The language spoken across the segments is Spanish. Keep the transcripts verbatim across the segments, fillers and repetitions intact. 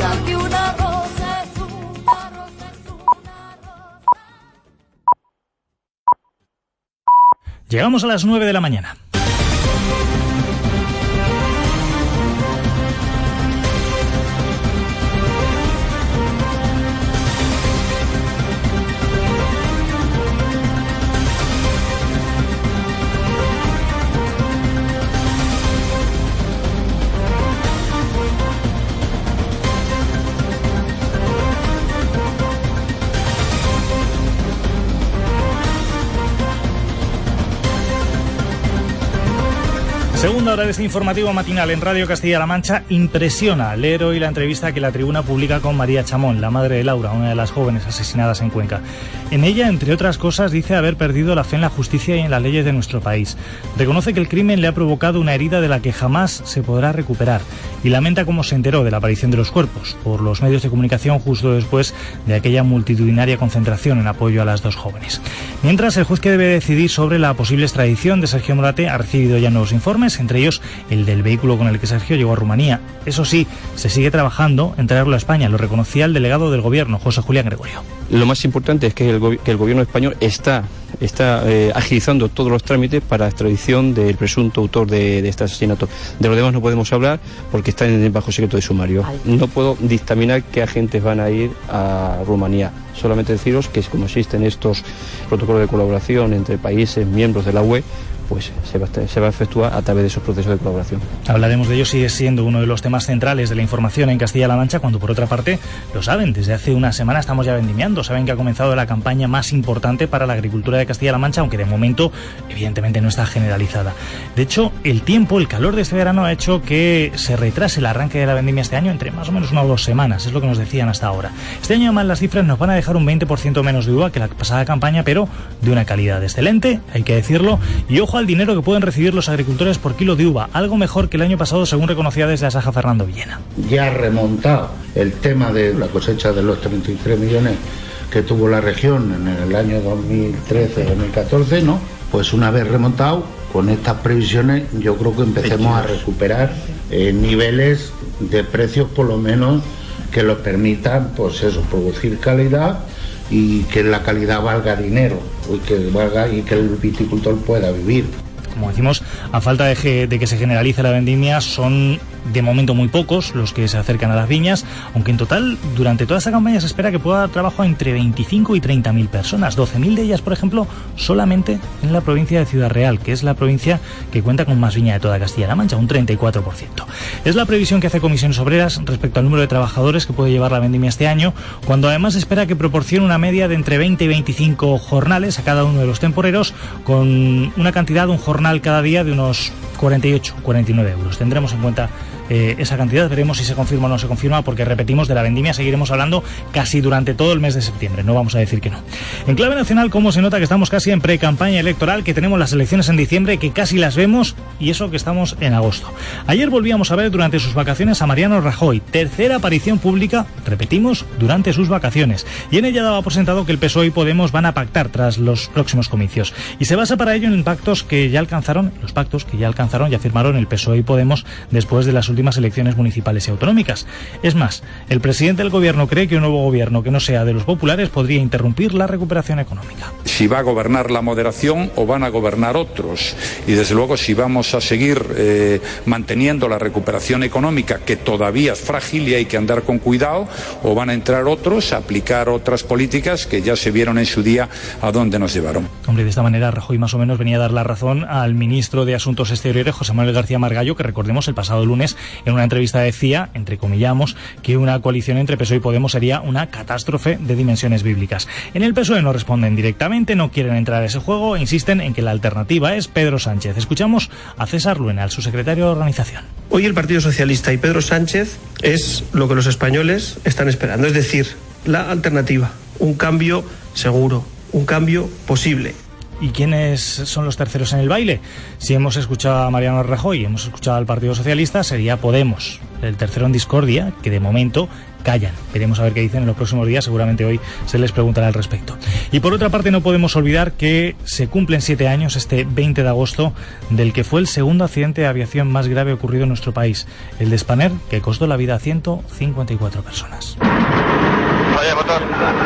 que una rosa es una rosa es una rosa. Llegamos a las nueve de la mañana. Segunda hora de este informativo matinal en Radio Castilla-La Mancha. Impresiona leer hoy la entrevista que La Tribuna publica con María Chamón, la madre de Laura, una de las jóvenes asesinadas en Cuenca. En ella, entre otras cosas, dice haber perdido la fe en la justicia y en las leyes de nuestro país. Reconoce que el crimen le ha provocado una herida de la que jamás se podrá recuperar y lamenta cómo se enteró de la aparición de los cuerpos por los medios de comunicación justo después de aquella multitudinaria concentración en apoyo a las dos jóvenes. Mientras, el juez que debe decidir sobre la posible extradición de Sergio Morate ha recibido ya nuevos informes, entre ellos el del vehículo con el que Sergio llegó a Rumanía. Eso sí, se sigue trabajando en traerlo a España, lo reconocía el delegado del Gobierno, José Julián Gregorio. Lo más importante es que el, go- que el Gobierno español está, está eh, agilizando todos los trámites para la extradición del presunto autor de, de este asesinato. De lo demás no podemos hablar porque está en bajo secreto de sumario. No puedo dictaminar qué agentes van a ir a Rumanía. Solamente deciros que como existen estos protocolos de colaboración entre países miembros de la U E, pues se va, se va a efectuar a través de esos procesos de colaboración. Hablaremos de ello, sigue siendo uno de los temas centrales de la información en Castilla-La Mancha, cuando por otra parte, lo saben, desde hace una semana estamos ya vendimiando, saben que ha comenzado la campaña más importante para la agricultura de Castilla-La Mancha, aunque de momento evidentemente no está generalizada. De hecho, el tiempo, el calor de este verano ha hecho que se retrase el arranque de la vendimia este año entre más o menos una o dos semanas, es lo que nos decían hasta ahora. Este año además las cifras nos van a dejar un veinte por ciento menos de uva que la pasada campaña, pero de una calidad excelente, hay que decirlo, y ojo al dinero que pueden recibir los agricultores por kilo de uva, algo mejor que el año pasado, según reconocía desde Asaja Fernando Villena. Ya ha remontado el tema de la cosecha de los treinta y tres millones que tuvo la región en el año dos mil trece dos mil catorce, ¿no? Pues una vez remontado, con estas previsiones yo creo que empecemos a recuperar eh, niveles de precios por lo menos que los permitan, pues eso, producir calidad y que la calidad valga dinero y que valga y que el viticultor pueda vivir. Como decimos, a falta de que, de que se generalice la vendimia, son de momento muy pocos los que se acercan a las viñas, aunque en total durante toda esta campaña se espera que pueda dar trabajo a entre veinticinco y treinta mil personas, doce mil de ellas, por ejemplo, solamente en la provincia de Ciudad Real, que es la provincia que cuenta con más viña de toda Castilla-La Mancha, un treinta y cuatro por ciento. Es la previsión que hace Comisiones Obreras respecto al número de trabajadores que puede llevar la vendimia este año, cuando además se espera que proporcione una media de entre veinte y veinticinco jornales a cada uno de los temporeros, con una cantidad de un jornal cada día de unos cuarenta y ocho, cuarenta y nueve euros. Tendremos en cuenta eh, esa cantidad, veremos si se confirma o no se confirma, porque repetimos, de la vendimia seguiremos hablando casi durante todo el mes de septiembre, no vamos a decir que no. En clave nacional, cómo se nota que estamos casi en pre-campaña electoral, que tenemos las elecciones en diciembre, que casi las vemos, y eso que estamos en agosto. Ayer volvíamos a ver durante sus vacaciones a Mariano Rajoy, tercera aparición pública, repetimos, durante sus vacaciones, y en ella daba por sentado que el P S O E y Podemos van a pactar tras los próximos comicios, y se basa para ello en pactos que ya alcanzaron, los pactos que ya alcanzaron, ya firmaron el P S O E y Podemos después de las últimas elecciones municipales y autonómicas. Es más, el presidente del gobierno cree que un nuevo gobierno que no sea de los populares podría interrumpir la recuperación económica. Si va a gobernar la moderación o van a gobernar otros, y desde luego si vamos a seguir eh, manteniendo la recuperación económica, que todavía es frágil y hay que andar con cuidado, o van a entrar otros a aplicar otras políticas que ya se vieron en su día a dónde nos llevaron. Hombre, de esta manera Rajoy más o menos venía a dar la razón al ministro de Asuntos Exteriores, José Manuel García Margallo, que recordemos el pasado lunes en una entrevista decía, entrecomillamos, que una coalición entre P S O E y Podemos sería una catástrofe de dimensiones bíblicas. En el P S O E no responden directamente, no quieren entrar a ese juego e insisten en que la alternativa es Pedro Sánchez. Escuchamos a César Luena, el subsecretario de Organización. Hoy el Partido Socialista y Pedro Sánchez es lo que los españoles están esperando, es decir, la alternativa, un cambio seguro, un cambio posible. ¿Y quiénes son los terceros en el baile? Si hemos escuchado a Mariano Rajoy y hemos escuchado al Partido Socialista, sería Podemos, el tercero en discordia, que de momento callan. Veremos a ver qué dicen en los próximos días, seguramente hoy se les preguntará al respecto. Y por otra parte no podemos olvidar que se cumplen siete años este veinte de agosto del que fue el segundo accidente de aviación más grave ocurrido en nuestro país, el de Spanair, que costó la vida a ciento cincuenta y cuatro personas. Vaya motor.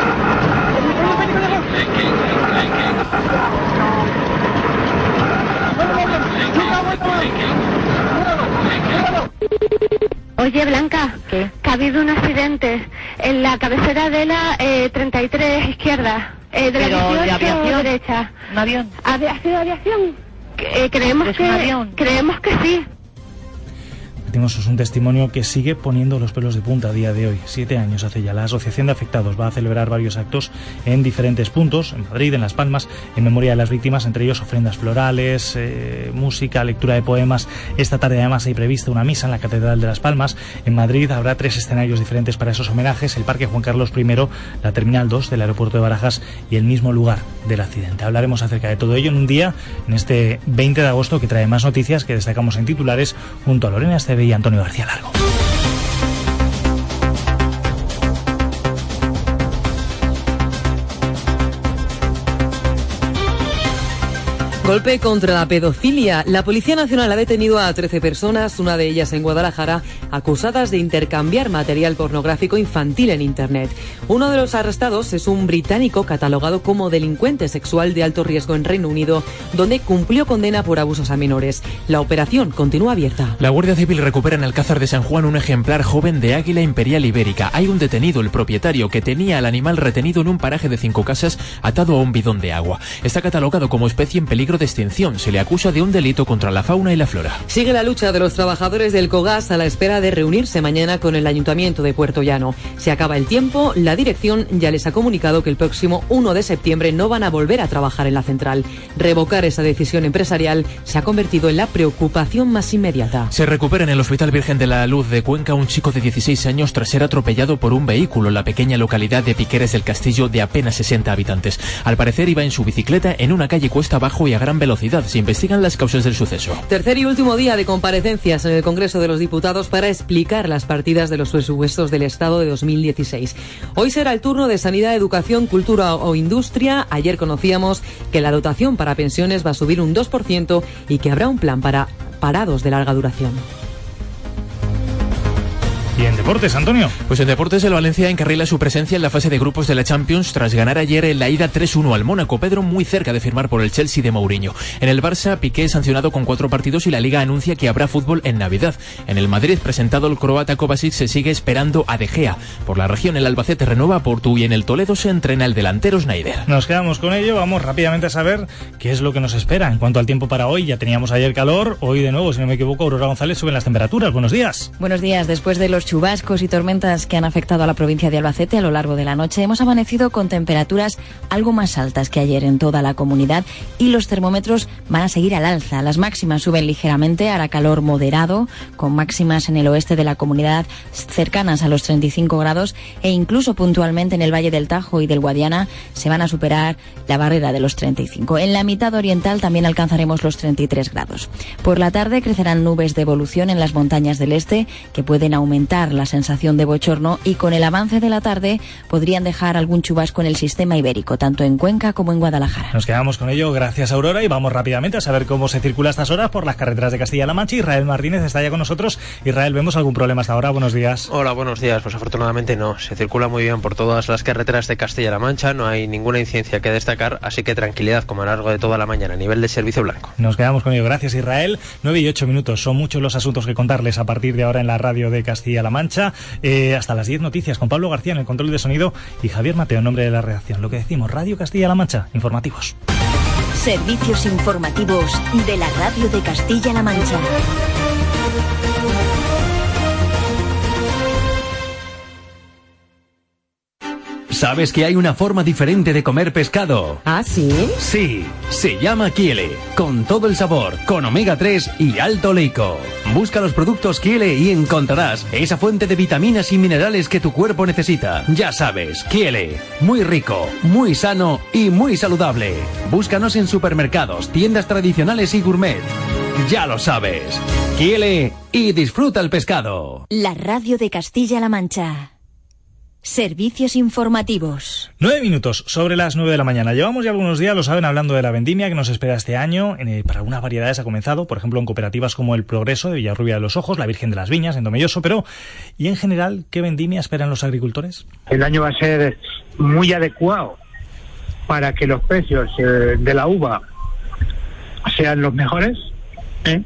Oye, Blanca, ¿qué? Que ha habido un accidente en la cabecera de la eh, treinta y tres izquierda, eh, de la Pero, ¿de aviación? derecha. ¿Un avión? ¿Ha, ha sido aviación? Eh, creemos ¿Es que un avión? creemos que sí. Es un testimonio que sigue poniendo los pelos de punta a día de hoy. Siete años hace ya. La Asociación de Afectados va a celebrar varios actos en diferentes puntos, en Madrid, en Las Palmas, en memoria de las víctimas, entre ellos ofrendas florales, eh, música, lectura de poemas. Esta tarde además hay prevista una misa en la Catedral de Las Palmas. En Madrid habrá tres escenarios diferentes para esos homenajes: el Parque Juan Carlos primero, la Terminal dos del aeropuerto de Barajas y el mismo lugar del accidente. Hablaremos acerca de todo ello en un día, en este veinte de agosto, que trae más noticias que destacamos en titulares junto a Lorena Esteve y Antonio García Largo. Golpe contra la pedofilia. La Policía Nacional ha detenido a trece personas, una de ellas en Guadalajara, acusadas de intercambiar material pornográfico infantil en Internet. Uno de los arrestados es un británico catalogado como delincuente sexual de alto riesgo en Reino Unido, donde cumplió condena por abusos a menores. La operación continúa abierta. La Guardia Civil recupera en Alcázar de San Juan un ejemplar joven de águila imperial ibérica. Hay un detenido, el propietario, que tenía al animal retenido en un paraje de cinco casas atado a un bidón de agua. Está catalogado como especie en peligro de extinción. Se le acusa de un delito contra la fauna y la flora. Sigue la lucha de los trabajadores del Cogas a la espera de reunirse mañana con el Ayuntamiento de Puerto Llano. Se acaba el tiempo, la dirección ya les ha comunicado que el próximo uno de septiembre no van a volver a trabajar en la central. Revocar esa decisión empresarial se ha convertido en la preocupación más inmediata. Se recupera en el Hospital Virgen de la Luz de Cuenca un chico de dieciséis años tras ser atropellado por un vehículo en la pequeña localidad de Piqueres del Castillo, de apenas sesenta habitantes. Al parecer iba en su bicicleta en una calle cuesta abajo y a gran velocidad. Se investigan las causas del suceso. Tercer y último día de comparecencias en el Congreso de los Diputados para explicar las partidas de los presupuestos del Estado de dos mil dieciséis. Hoy será el turno de Sanidad, Educación, Cultura o Industria. Ayer conocíamos que la dotación para pensiones va a subir un dos por ciento y que habrá un plan para parados de larga duración. ¿Y en deportes, Antonio? Pues en deportes el Valencia encarrila su presencia en la fase de grupos de la Champions tras ganar ayer en la ida tres uno al Mónaco. Pedro muy cerca de firmar por el Chelsea de Mourinho. En el Barça, Piqué sancionado con cuatro partidos y la Liga anuncia que habrá fútbol en Navidad. En el Madrid, presentado el croata Kovacic, se sigue esperando a De Gea. Por la región, el Albacete renueva a Portu y en el Toledo se entrena el delantero Sneijder. Nos quedamos con ello. Vamos rápidamente a saber qué es lo que nos espera en cuanto al tiempo para hoy. Ya teníamos ayer calor. Hoy de nuevo, si no me equivoco, Aurora González, suben las temperaturas. Buenos días. Buenos días. Después de los chubascos y tormentas que han afectado a la provincia de Albacete a lo largo de la noche, hemos amanecido con temperaturas algo más altas que ayer en toda la comunidad y los termómetros van a seguir al alza. Las máximas suben ligeramente, hará calor moderado, con máximas en el oeste de la comunidad cercanas a los treinta y cinco grados e incluso puntualmente en el Valle del Tajo y del Guadiana se van a superar la barrera de los treinta y cinco. En la mitad oriental también alcanzaremos los treinta y tres grados. Por la tarde crecerán nubes de evolución en las montañas del este que pueden aumentar la sensación de bochorno y con el avance de la tarde podrían dejar algún chubasco en el sistema ibérico, tanto en Cuenca como en Guadalajara. Nos quedamos con ello, gracias Aurora, y vamos rápidamente a saber cómo se circula a estas horas por las carreteras de Castilla-La Mancha. Israel Martínez está ya con nosotros. Israel, ¿vemos algún problema hasta ahora? Buenos días. Hola, buenos días. Pues afortunadamente no, se circula muy bien por todas las carreteras de Castilla-La Mancha, no hay ninguna incidencia que destacar, así que tranquilidad como a lo largo de toda la mañana a nivel de servicio blanco. Nos quedamos con ello, gracias Israel. nueve y ocho minutos, son muchos los asuntos que contarles a partir de ahora en la radio de Castilla-La Mancha. Eh, hasta las diez noticias con Pablo García en el control de sonido y Javier Mateo en nombre de la redacción. Lo que decimos, Radio Castilla-La Mancha, informativos. Servicios informativos de la radio de Castilla-La Mancha. ¿Sabes que hay una forma diferente de comer pescado? ¿Ah, sí? Sí, se llama Kiele, con todo el sabor, con omega tres y alto oleico. Busca los productos Kiele y encontrarás esa fuente de vitaminas y minerales que tu cuerpo necesita. Ya sabes, Kiele, muy rico, muy sano y muy saludable. Búscanos en supermercados, tiendas tradicionales y gourmet. Ya lo sabes, Kiele y disfruta el pescado. La radio de Castilla-La Mancha. Servicios informativos. Nueve minutos sobre las nueve de la mañana. Llevamos ya algunos días, lo saben, hablando de la vendimia que nos espera este año. Eh, para algunas variedades ha comenzado, por ejemplo, en cooperativas como El Progreso de Villarrubia de los Ojos, la Virgen de las Viñas en Tomelloso, pero ¿y en general qué vendimia esperan los agricultores? El año va a ser muy adecuado para que los precios eh, de la uva sean los mejores, ¿eh?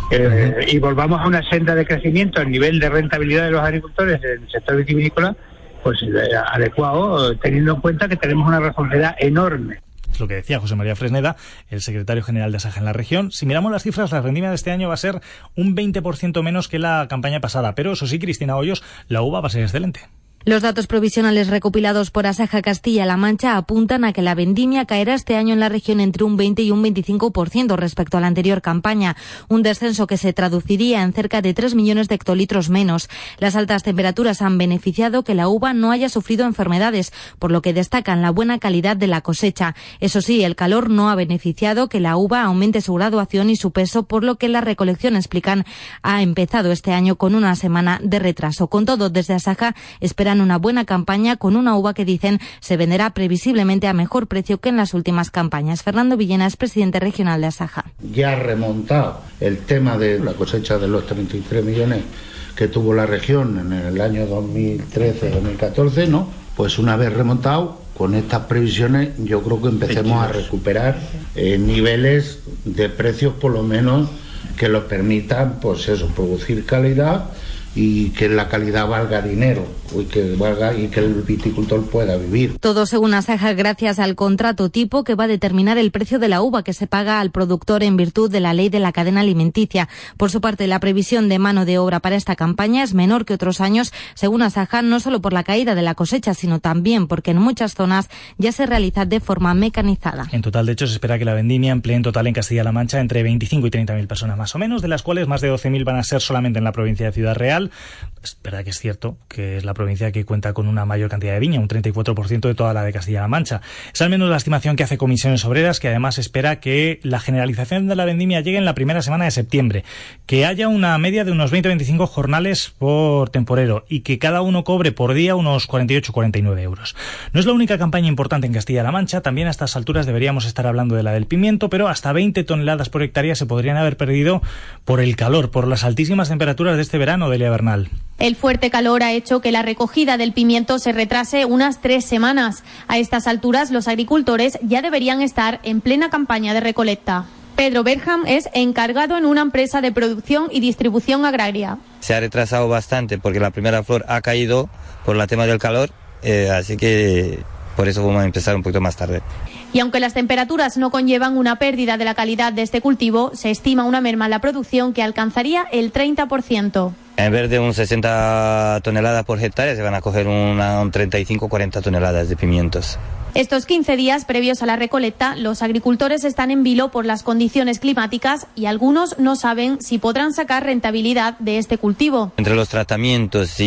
Eh, y volvamos a una senda de crecimiento al nivel de rentabilidad de los agricultores en el sector vitivinícola, pues eh, adecuado, teniendo en cuenta que tenemos una responsabilidad enorme. Es lo que decía José María Fresneda, el secretario general de Asaja en la región. Si miramos las cifras, la vendimia de este año va a ser un veinte por ciento menos que la campaña pasada, pero eso sí, Cristina Hoyos, la uva va a ser excelente. Los datos provisionales recopilados por Asaja Castilla-La Mancha apuntan a que la vendimia caerá este año en la región entre un veinte y un veinticinco por ciento respecto a la anterior campaña, un descenso que se traduciría en cerca de tres millones de hectolitros menos. Las altas temperaturas han beneficiado que la uva no haya sufrido enfermedades, por lo que destacan la buena calidad de la cosecha. Eso sí, el calor no ha beneficiado que la uva aumente su graduación y su peso, por lo que la recolección, explican, ha empezado este año con una semana de retraso. Con todo, desde Asaja esperan una buena campaña con una uva que dicen se venderá previsiblemente a mejor precio que en las últimas campañas. Fernando Villena es presidente regional de Asaja. Ya ha remontado el tema de la cosecha de los treinta y tres millones que tuvo la región en el año dos mil trece dos mil catorce, ¿no? Pues una vez remontado, con estas previsiones yo creo que empecemos a recuperar eh, niveles de precios por lo menos que los permitan, pues eso, producir calidad y que la calidad valga dinero y que valga y que el viticultor pueda vivir. Todo según Asaja gracias al contrato tipo que va a determinar el precio de la uva que se paga al productor en virtud de la ley de la cadena alimenticia. Por su parte, la previsión de mano de obra para esta campaña es menor que otros años, según Asaja, no solo por la caída de la cosecha, sino también porque en muchas zonas ya se realiza de forma mecanizada. En total, de hecho, se espera que la vendimia emplee en total en Castilla-La Mancha entre veinticinco y treinta mil personas más o menos, de las cuales más de doce mil van a ser solamente en la provincia de Ciudad Real. Es verdad que es cierto que es la provincia que cuenta con una mayor cantidad de viña, un treinta y cuatro por ciento de toda la de Castilla-La Mancha. Es al menos la estimación que hace Comisiones Obreras, que además espera que la generalización de la vendimia llegue en la primera semana de septiembre, que haya una media de unos veinte a veinticinco jornales por temporero y que cada uno cobre por día unos cuarenta y ocho a cuarenta y nueve euros. No es la única campaña importante en Castilla-La Mancha, también a estas alturas deberíamos estar hablando de la del pimiento, pero hasta veinte toneladas por hectárea se podrían haber perdido por el calor, por las altísimas temperaturas de este verano, Delia Bernal. El fuerte calor ha hecho que la recogida del pimiento se retrase unas tres semanas. A estas alturas, los agricultores ya deberían estar en plena campaña de recolecta. Pedro Berham es encargado en una empresa de producción y distribución agraria. Se ha retrasado bastante porque la primera flor ha caído por el tema del calor, eh, así que por eso vamos a empezar un poquito más tarde. Y aunque las temperaturas no conllevan una pérdida de la calidad de este cultivo, se estima una merma en la producción que alcanzaría el treinta por ciento. En vez de un sesenta toneladas por hectárea, se van a coger una, un treinta y cinco a cuarenta toneladas de pimientos. Estos quince días previos a la recolecta, los agricultores están en vilo por las condiciones climáticas y algunos no saben si podrán sacar rentabilidad de este cultivo. Entre los tratamientos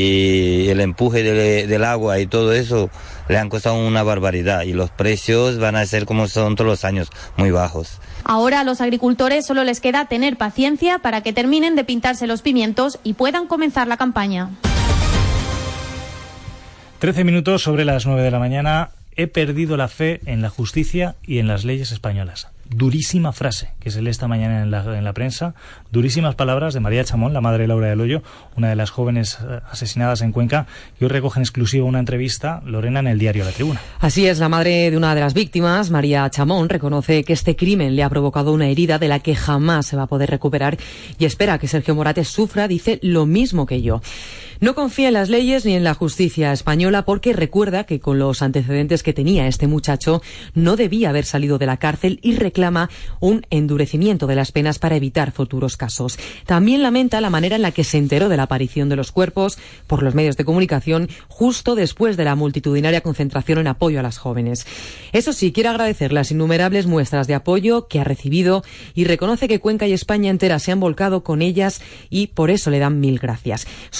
y el empuje de, del agua y todo eso, le han costado una barbaridad y los precios van a ser como son todos los años, muy bajos. Ahora a los agricultores solo les queda tener paciencia para que terminen de pintarse los pimientos y puedan comenzar la campaña. Trece minutos sobre las nueve de la mañana. He perdido la fe en la justicia y en las leyes españolas. Durísima frase que se lee esta mañana en la, en la prensa. Durísimas palabras de María Chamón, la madre de Laura del Hoyo, una de las jóvenes asesinadas en Cuenca, y hoy recoge en exclusiva una entrevista, Lorena, en el diario La Tribuna. Así es, la madre de una de las víctimas, María Chamón, reconoce que este crimen le ha provocado una herida de la que jamás se va a poder recuperar y espera que Sergio Morates sufra, dice, lo mismo que yo. No confía en las leyes ni en la justicia española porque recuerda que con los antecedentes que tenía este muchacho no debía haber salido de la cárcel y reclama un endurecimiento de las penas para evitar futuros casos. También lamenta la manera en la que se enteró de la aparición de los cuerpos por los medios de comunicación justo después de la multitudinaria concentración en apoyo a las jóvenes. Eso sí, quiere agradecer las innumerables muestras de apoyo que ha recibido y reconoce que Cuenca y España entera se han volcado con ellas y por eso le dan mil gracias. Sus majestades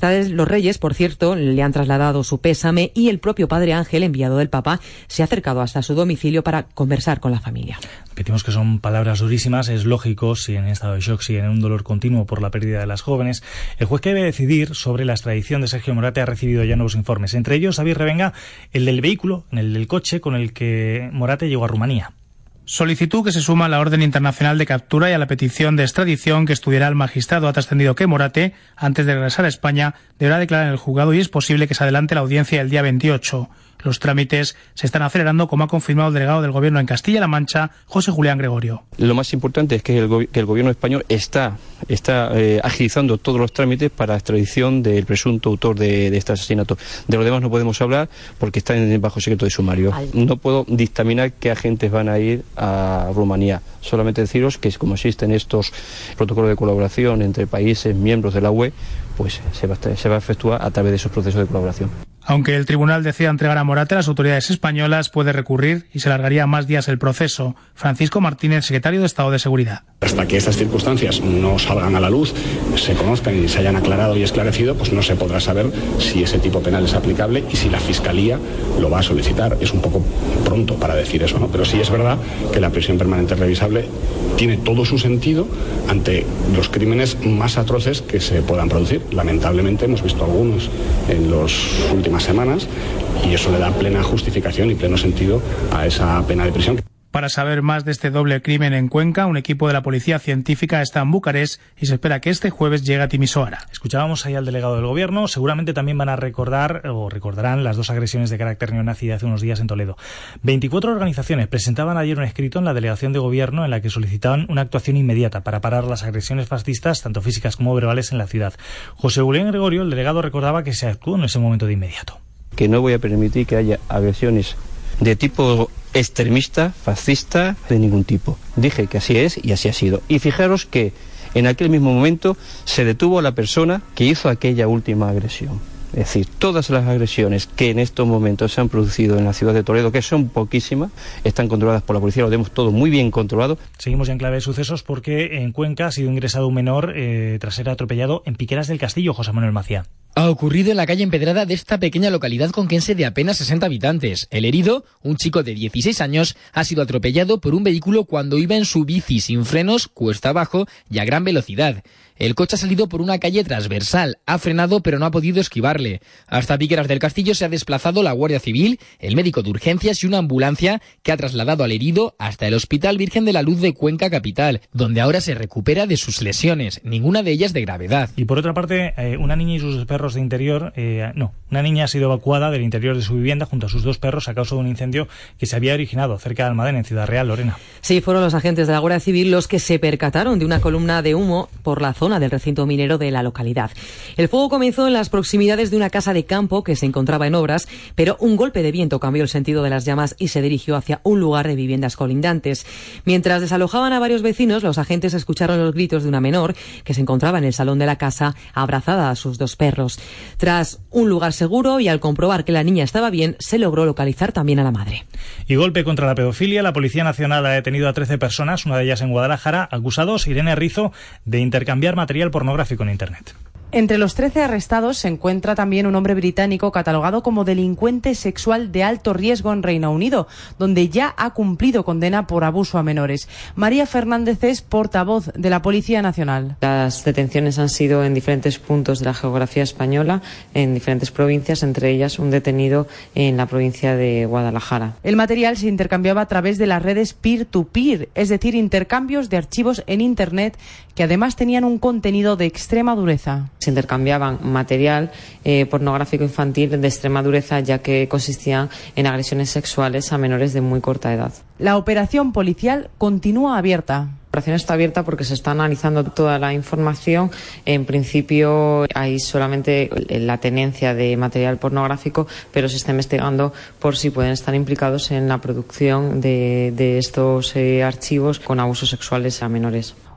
Majestad los Reyes, por cierto, le han trasladado su pésame y el propio Padre Ángel, enviado del Papa, se ha acercado hasta su domicilio para conversar con la familia. Repetimos que son palabras durísimas, es lógico, si en estado de shock, si en un dolor continuo por la pérdida de las jóvenes. El juez que debe decidir sobre la extradición de Sergio Morate ha recibido ya nuevos informes, entre ellos, David Revenga, el del vehículo, el del coche con el que Morate llegó a Rumanía. Solicitud que se suma a la orden internacional de captura y a la petición de extradición que estudiará el magistrado. Ha trascendido que Morate, antes de regresar a España, deberá declarar en el juzgado y es posible que se adelante la audiencia el día veintiocho. Los trámites se están acelerando, como ha confirmado el delegado del Gobierno en Castilla-La Mancha, José Julián Gregorio. Lo más importante es que el, go que el Gobierno español está, está eh, agilizando todos los trámites para la extradición del presunto autor de, de este asesinato. De lo demás no podemos hablar porque está en, bajo secreto de sumario. No puedo dictaminar qué agentes van a ir a Rumanía. Solamente deciros que como existen estos protocolos de colaboración entre países miembros de la U E, pues se va, se va a efectuar a través de esos procesos de colaboración. Aunque el tribunal decida entregar a Morate, las autoridades españolas puede recurrir y se alargaría más días el proceso. Francisco Martínez, secretario de Estado de Seguridad. Hasta que estas circunstancias no salgan a la luz, se conozcan y se hayan aclarado y esclarecido, pues no se podrá saber si ese tipo penal es aplicable y si la Fiscalía lo va a solicitar. Es un poco pronto para decir eso, ¿no? Pero sí es verdad que la prisión permanente revisable tiene todo su sentido ante los crímenes más atroces que se puedan producir. Lamentablemente hemos visto algunos en las últimas semanas y eso le da plena justificación y pleno sentido a esa pena de prisión. Para saber más de este doble crimen en Cuenca, un equipo de la Policía Científica está en Bucarest y se espera que este jueves llegue a Timisoara. Escuchábamos ahí al delegado del Gobierno. Seguramente también van a recordar o recordarán las dos agresiones de carácter neonazi de hace unos días en Toledo. veinticuatro organizaciones presentaban ayer un escrito en la delegación de Gobierno en la que solicitaban una actuación inmediata para parar las agresiones fascistas, tanto físicas como verbales, en la ciudad. José Julián Gregorio, el delegado, recordaba que se actuó en ese momento de inmediato. Que no voy a permitir que haya agresiones de tipo extremista, fascista, de ningún tipo. Dije que así es y así ha sido. Y fijaros que en aquel mismo momento se detuvo a la persona que hizo aquella última agresión. Es decir, todas las agresiones que en estos momentos se han producido en la ciudad de Toledo, que son poquísimas, están controladas por la policía, lo tenemos todo muy bien controlado. Seguimos ya en clave de sucesos porque en Cuenca ha sido ingresado un menor eh, tras ser atropellado en Piqueras del Castillo, José Manuel Macía. Ha ocurrido en la calle empedrada de esta pequeña localidad conquense de apenas sesenta habitantes. El herido, un chico de dieciséis años, ha sido atropellado por un vehículo cuando iba en su bici sin frenos, cuesta abajo y a gran velocidad. El coche ha salido por una calle transversal, ha frenado pero no ha podido esquivarle. Hasta Piqueras del Castillo se ha desplazado la Guardia Civil, el médico de urgencias y una ambulancia que ha trasladado al herido hasta el Hospital Virgen de la Luz de Cuenca Capital, donde ahora se recupera de sus lesiones, ninguna de ellas de gravedad. Y por otra parte, eh, una niña y sus perros de interior, eh, no, una niña ha sido evacuada del interior de su vivienda junto a sus dos perros a causa de un incendio que se había originado cerca de Almadén, en Ciudad Real, Lorena. Sí, fueron los agentes de la Guardia Civil los que se percataron de una columna de humo por la zona del recinto minero de la localidad. El fuego comenzó en las proximidades de una casa de campo que se encontraba en obras, pero un golpe de viento cambió el sentido de las llamas y se dirigió hacia un lugar de viviendas colindantes. Mientras desalojaban a varios vecinos, los agentes escucharon los gritos de una menor que se encontraba en el salón de la casa abrazada a sus dos perros. Tras un lugar seguro y al comprobar que la niña estaba bien, se logró localizar también a la madre. Y golpe contra la pedofilia. La Policía Nacional ha detenido a trece personas, una de ellas en Guadalajara, acusados, Irene Rizo, de intercambiar material pornográfico en Internet. Entre los trece arrestados se encuentra también un hombre británico catalogado como delincuente sexual de alto riesgo en Reino Unido, donde ya ha cumplido condena por abuso a menores. María Fernández es portavoz de la Policía Nacional. Las detenciones han sido en diferentes puntos de la geografía española, en diferentes provincias, entre ellas un detenido en la provincia de Guadalajara. El material se intercambiaba a través de las redes peer-to-peer, es decir, intercambios de archivos en Internet que además tenían un contenido de extrema dureza. Se intercambiaban material eh, pornográfico infantil de extrema dureza, ya que consistían en agresiones sexuales a menores de muy corta edad. La operación policial continúa abierta. La operación está abierta porque se está analizando toda la información. En principio hay solamente la tenencia de material pornográfico, pero se está investigando por si pueden estar implicados en la producción de, de estos eh, archivos con abusos sexuales a menores.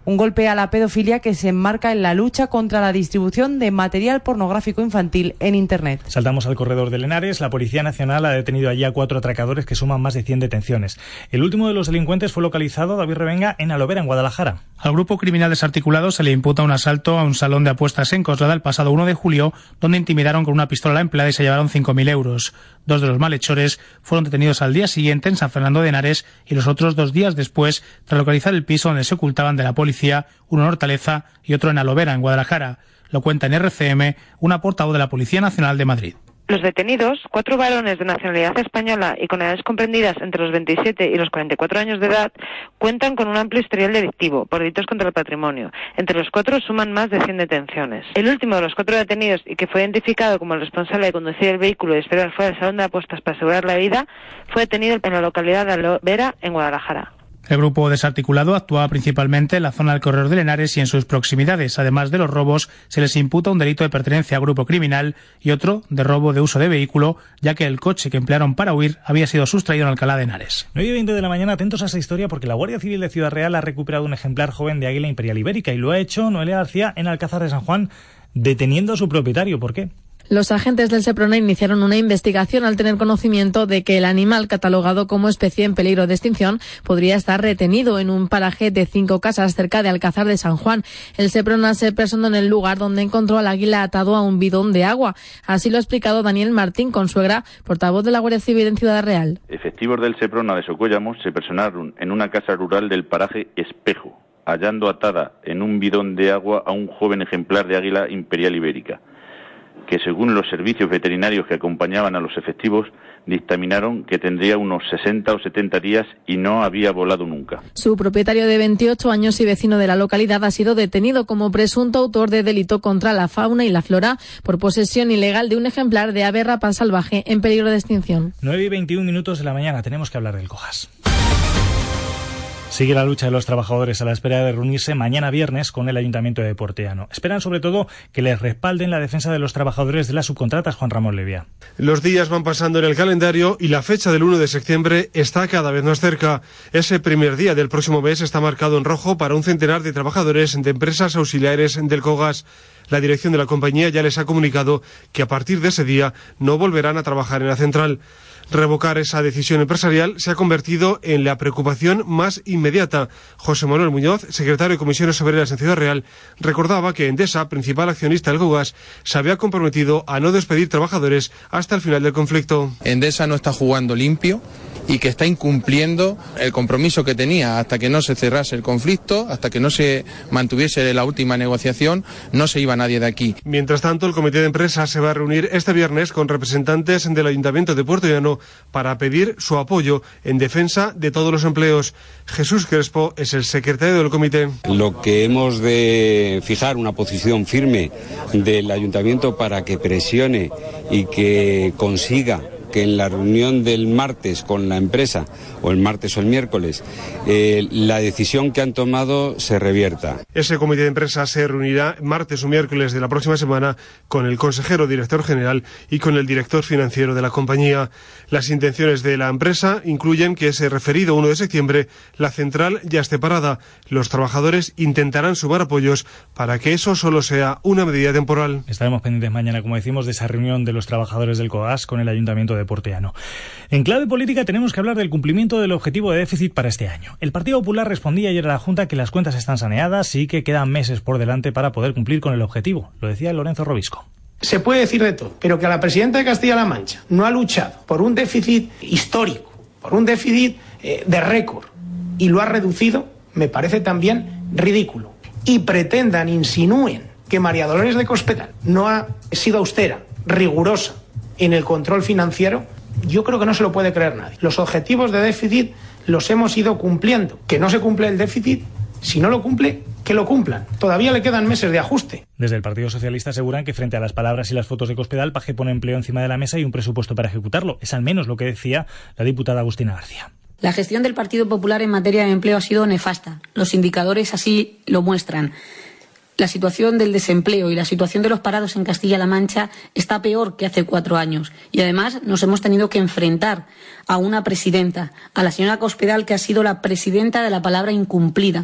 Un golpe a la pedofilia que se enmarca en la lucha contra la distribución de material pornográfico infantil en Internet. Saltamos al corredor de Henares. La Policía Nacional ha detenido allí a cuatro atracadores que suman más de cien detenciones. El último de los delincuentes fue localizado, David Revenga, en Alovera, en Guadalajara. Al grupo criminal desarticulado se le imputa un asalto a un salón de apuestas en Coslada el pasado uno de julio, donde intimidaron con una pistola a la empleada y se llevaron cinco mil euros. Dos de los malhechores fueron detenidos al día siguiente en San Fernando de Henares y los otros dos días después, tras localizar el piso donde se ocultaban de la policía, uno en Hortaleza y otro en Alovera, en Guadalajara. Lo cuenta en R C M una portavoz de la Policía Nacional de Madrid. Los detenidos, cuatro varones de nacionalidad española y con edades comprendidas entre los veintisiete y los cuarenta y cuatro años de edad, cuentan con un amplio historial delictivo por delitos contra el patrimonio. Entre los cuatro suman más de cien detenciones. El último de los cuatro detenidos, y que fue identificado como el responsable de conducir el vehículo y esperar fuera del salón de apuestas para asegurar la vida, fue detenido en la localidad de Alovera, en Guadalajara. El grupo desarticulado actuaba principalmente en la zona del corredor de Henares y en sus proximidades. Además de los robos, se les imputa un delito de pertenencia a grupo criminal y otro de robo de uso de vehículo, ya que el coche que emplearon para huir había sido sustraído en Alcalá de Henares. nueve y veinte de la mañana, atentos a esa historia porque la Guardia Civil de Ciudad Real ha recuperado un ejemplar joven de águila imperial ibérica y lo ha hecho Noelia García en Alcázar de San Juan, deteniendo a su propietario. ¿Por qué? Los agentes del Seprona iniciaron una investigación al tener conocimiento de que el animal, catalogado como especie en peligro de extinción, podría estar retenido en un paraje de cinco casas cerca de Alcázar de San Juan. El Seprona se personó en el lugar donde encontró al águila atado a un bidón de agua. Así lo ha explicado Daniel Martín Consuegra, portavoz de la Guardia Civil en Ciudad Real. Efectivos del Seprona de Socollamos se personaron en una casa rural del paraje Espejo, hallando atada en un bidón de agua a un joven ejemplar de águila imperial ibérica, que según los servicios veterinarios que acompañaban a los efectivos, dictaminaron que tendría unos sesenta o setenta días y no había volado nunca. Su propietario de veintiocho años y vecino de la localidad ha sido detenido como presunto autor de delito contra la fauna y la flora por posesión ilegal de un ejemplar de ave rapaz salvaje en peligro de extinción. nueve y veintiún minutos de la mañana, tenemos que hablar del Cojas. Sigue la lucha de los trabajadores a la espera de reunirse mañana viernes con el Ayuntamiento de Porteano. Esperan sobre todo que les respalden la defensa de los trabajadores de las subcontratas. Juan Ramón Levia. Los días van pasando en el calendario y la fecha del uno de septiembre está cada vez más cerca. Ese primer día del próximo mes está marcado en rojo para un centenar de trabajadores de empresas auxiliares del Cogas. La dirección de la compañía ya les ha comunicado que a partir de ese día no volverán a trabajar en la central. Revocar esa decisión empresarial se ha convertido en la preocupación más inmediata. José Manuel Muñoz, secretario de Comisiones Obreras en Ciudad Real, recordaba que Endesa, principal accionista del Cogas, se había comprometido a no despedir trabajadores hasta el final del conflicto. Endesa no está jugando limpio y que está incumpliendo el compromiso que tenía hasta que no se cerrase el conflicto, hasta que no se mantuviese la última negociación, no se iba nadie de aquí. Mientras tanto, el comité de empresa se va a reunir este viernes con representantes del Ayuntamiento de Puerto Llano para pedir su apoyo en defensa de todos los empleos. Jesús Crespo es el secretario del comité. Lo que hemos de fijar una posición firme del Ayuntamiento para que presione y que consiga que en la reunión del martes con la empresa, o el martes o el miércoles, eh, la decisión que han tomado se revierta. Ese comité de empresa se reunirá martes o miércoles de la próxima semana con el consejero director general y con el director financiero de la compañía. Las intenciones de la empresa incluyen que ese referido uno de septiembre la central ya esté parada. Los trabajadores intentarán sumar apoyos para que eso solo sea una medida temporal. Estaremos pendientes mañana, como decimos, de esa reunión de los trabajadores del Cogas con el Ayuntamiento de Porteano. En clave política tenemos que hablar del cumplimiento del objetivo de déficit para este año. El Partido Popular respondía ayer a la Junta que las cuentas están saneadas y que quedan meses por delante para poder cumplir con el objetivo. Lo decía Lorenzo Robisco. Se puede decir de todo, pero que la presidenta de Castilla-La Mancha no ha luchado por un déficit histórico, por un déficit eh, de récord, y lo ha reducido, me parece también ridículo. Y pretendan, insinúen que María Dolores de Cospedal no ha sido austera, rigurosa en el control financiero, yo creo que no se lo puede creer nadie. Los objetivos de déficit los hemos ido cumpliendo. Que no se cumple el déficit, si no lo cumple, que lo cumplan. Todavía le quedan meses de ajuste. Desde el Partido Socialista aseguran que frente a las palabras y las fotos de Cospedal, Paje pone empleo encima de la mesa y un presupuesto para ejecutarlo. Es al menos lo que decía la diputada Agustina García. La gestión del Partido Popular en materia de empleo ha sido nefasta. Los indicadores así lo muestran. La situación del desempleo y la situación de los parados en Castilla-La Mancha está peor que hace cuatro años. Y además nos hemos tenido que enfrentar a una presidenta, a la señora Cospedal, que ha sido la presidenta de la palabra incumplida.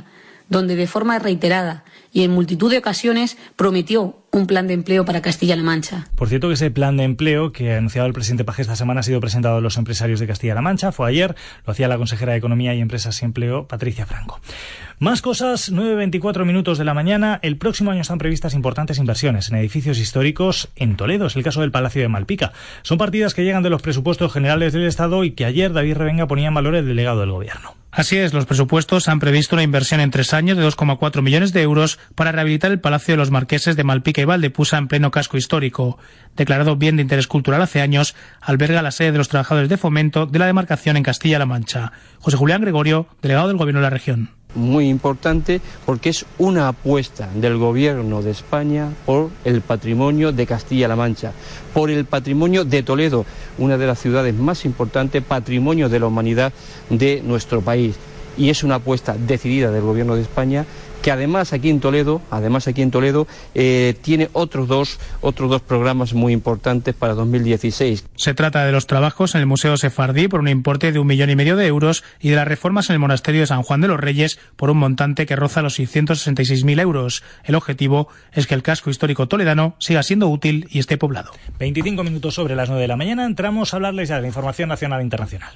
donde de forma reiterada y en multitud de ocasiones prometió un plan de empleo para Castilla-La Mancha. Por cierto, que ese plan de empleo que ha anunciado el presidente Page esta semana ha sido presentado a los empresarios de Castilla-La Mancha. Fue ayer, lo hacía la consejera de Economía y Empresas y Empleo, Patricia Franco. Más cosas, nueve veinticuatro minutos de la mañana. El próximo año están previstas importantes inversiones en edificios históricos en Toledo. Es el caso del Palacio de Malpica. Son partidas que llegan de los presupuestos generales del Estado y que ayer David Revenga ponía en valor el delegado del Gobierno. Así es, los presupuestos han previsto una inversión en tres años de dos coma cuatro millones de euros para rehabilitar el Palacio de los Marqueses de Malpica y Valdepusa en pleno casco histórico. Declarado bien de interés cultural hace años, alberga la sede de los trabajadores de fomento de la demarcación en Castilla-La Mancha. José Julián Gregorio, delegado del Gobierno de la región. Muy importante porque es una apuesta del Gobierno de España por el patrimonio de Castilla-La Mancha, por el patrimonio de Toledo, una de las ciudades más importantes, patrimonio de la humanidad de nuestro país. Y es una apuesta decidida del Gobierno de España, que además aquí en Toledo, además aquí en Toledo, eh, tiene otros dos, otros dos programas muy importantes para dos mil dieciséis. Se trata de los trabajos en el Museo Sefardí por un importe de un millón y medio de euros y de las reformas en el Monasterio de San Juan de los Reyes por un montante que roza los seiscientos sesenta y seis mil euros. El objetivo es que el casco histórico toledano siga siendo útil y esté poblado. veinticinco minutos sobre las nueve de la mañana, entramos a hablarles ya de la información nacional e internacional.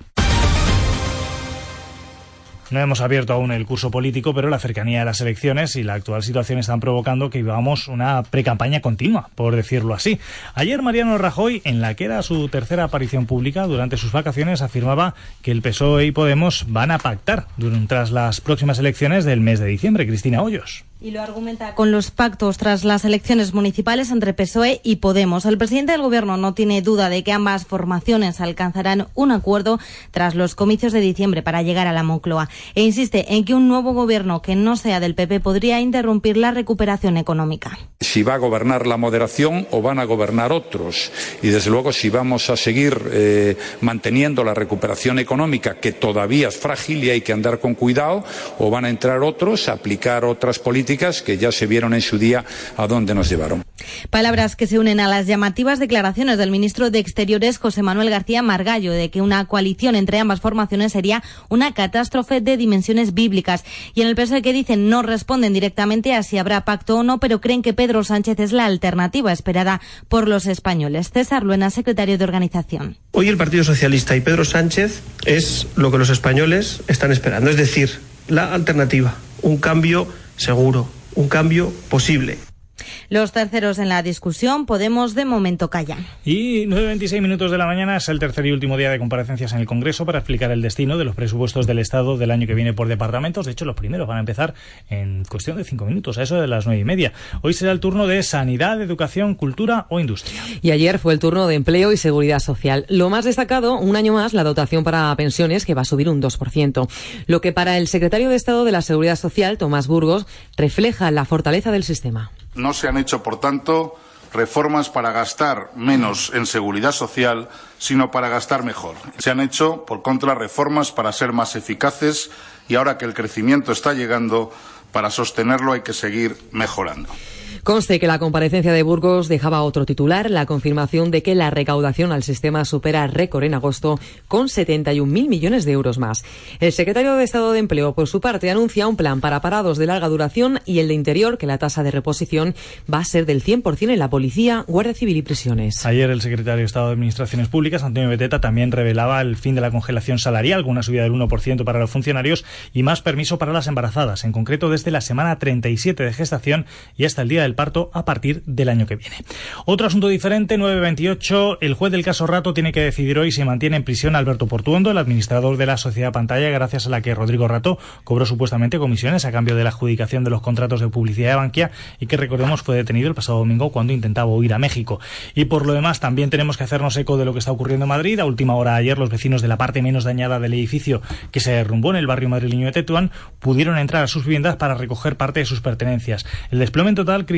No hemos abierto aún el curso político, pero la cercanía de las elecciones y la actual situación están provocando que vivamos una precampaña continua, por decirlo así. Ayer Mariano Rajoy, en la que era su tercera aparición pública durante sus vacaciones, afirmaba que el P S O E y Podemos van a pactar tras las próximas elecciones del mes de diciembre. Cristina Hoyos. Y lo argumenta con los pactos tras las elecciones municipales entre P S O E y Podemos. El presidente del Gobierno no tiene duda de que ambas formaciones alcanzarán un acuerdo tras los comicios de diciembre para llegar a la Moncloa. E insiste en que un nuevo Gobierno que no sea del P P podría interrumpir la recuperación económica. Si va a gobernar la moderación o van a gobernar otros. Y desde luego si vamos a seguir eh, manteniendo la recuperación económica, que todavía es frágil y hay que andar con cuidado, o van a entrar otros a aplicar otras políticas que ya se vieron en su día a dónde nos llevaron. Palabras que se unen a las llamativas declaraciones del ministro de Exteriores, José Manuel García Margallo, de que una coalición entre ambas formaciones sería una catástrofe de dimensiones bíblicas. Y en el P S O E, que dicen no responden directamente a si habrá pacto o no, pero creen que Pedro Sánchez es la alternativa esperada por los españoles. César Luena, secretario de Organización. Hoy el Partido Socialista y Pedro Sánchez es lo que los españoles están esperando, es decir, la alternativa, un cambio seguro, un cambio posible. Los terceros en la discusión, Podemos de momento callan. Y nueve veintiséis minutos de la mañana es el tercer y último día de comparecencias en el Congreso para explicar el destino de los presupuestos del Estado del año que viene por departamentos. De hecho, los primeros van a empezar en cuestión de cinco minutos, a eso de las nueve y media. Hoy será el turno de Sanidad, Educación, Cultura o Industria. Y ayer fue el turno de Empleo y Seguridad Social. Lo más destacado, un año más, la dotación para pensiones, que va a subir un dos por ciento. Lo que para el secretario de Estado de la Seguridad Social, Tomás Burgos, refleja la fortaleza del sistema. No se han hecho, por tanto, reformas para gastar menos en seguridad social, sino para gastar mejor. Se han hecho, por contra, reformas para ser más eficaces y ahora que el crecimiento está llegando, para sostenerlo hay que seguir mejorando. Conste que la comparecencia de Burgos dejaba otro titular, la confirmación de que la recaudación al sistema supera récord en agosto con setenta y un mil millones de euros más. El secretario de Estado de Empleo, por su parte, anuncia un plan para parados de larga duración y el de Interior, que la tasa de reposición va a ser del cien por ciento en la Policía, Guardia Civil y Prisiones. Ayer el secretario de Estado de Administraciones Públicas, Antonio Beteta, también revelaba el fin de la congelación salarial, con una subida del uno por ciento para los funcionarios y más permiso para las embarazadas, en concreto desde la semana treinta y siete de gestación y hasta el día del parto a partir del año que viene. Otro asunto diferente, nueve veintiocho, el juez del caso Rato tiene que decidir hoy si mantiene en prisión a Alberto Portuondo, el administrador de la sociedad Pantalla, gracias a la que Rodrigo Rato cobró supuestamente comisiones a cambio de la adjudicación de los contratos de publicidad de Bankia y que, recordemos, fue detenido el pasado domingo cuando intentaba huir a México. Y por lo demás, también tenemos que hacernos eco de lo que está ocurriendo en Madrid. A última hora ayer, los vecinos de la parte menos dañada del edificio que se derrumbó en el barrio madrileño de Tetuán pudieron entrar a sus viviendas para recoger parte de sus pertenencias. El desplome en total,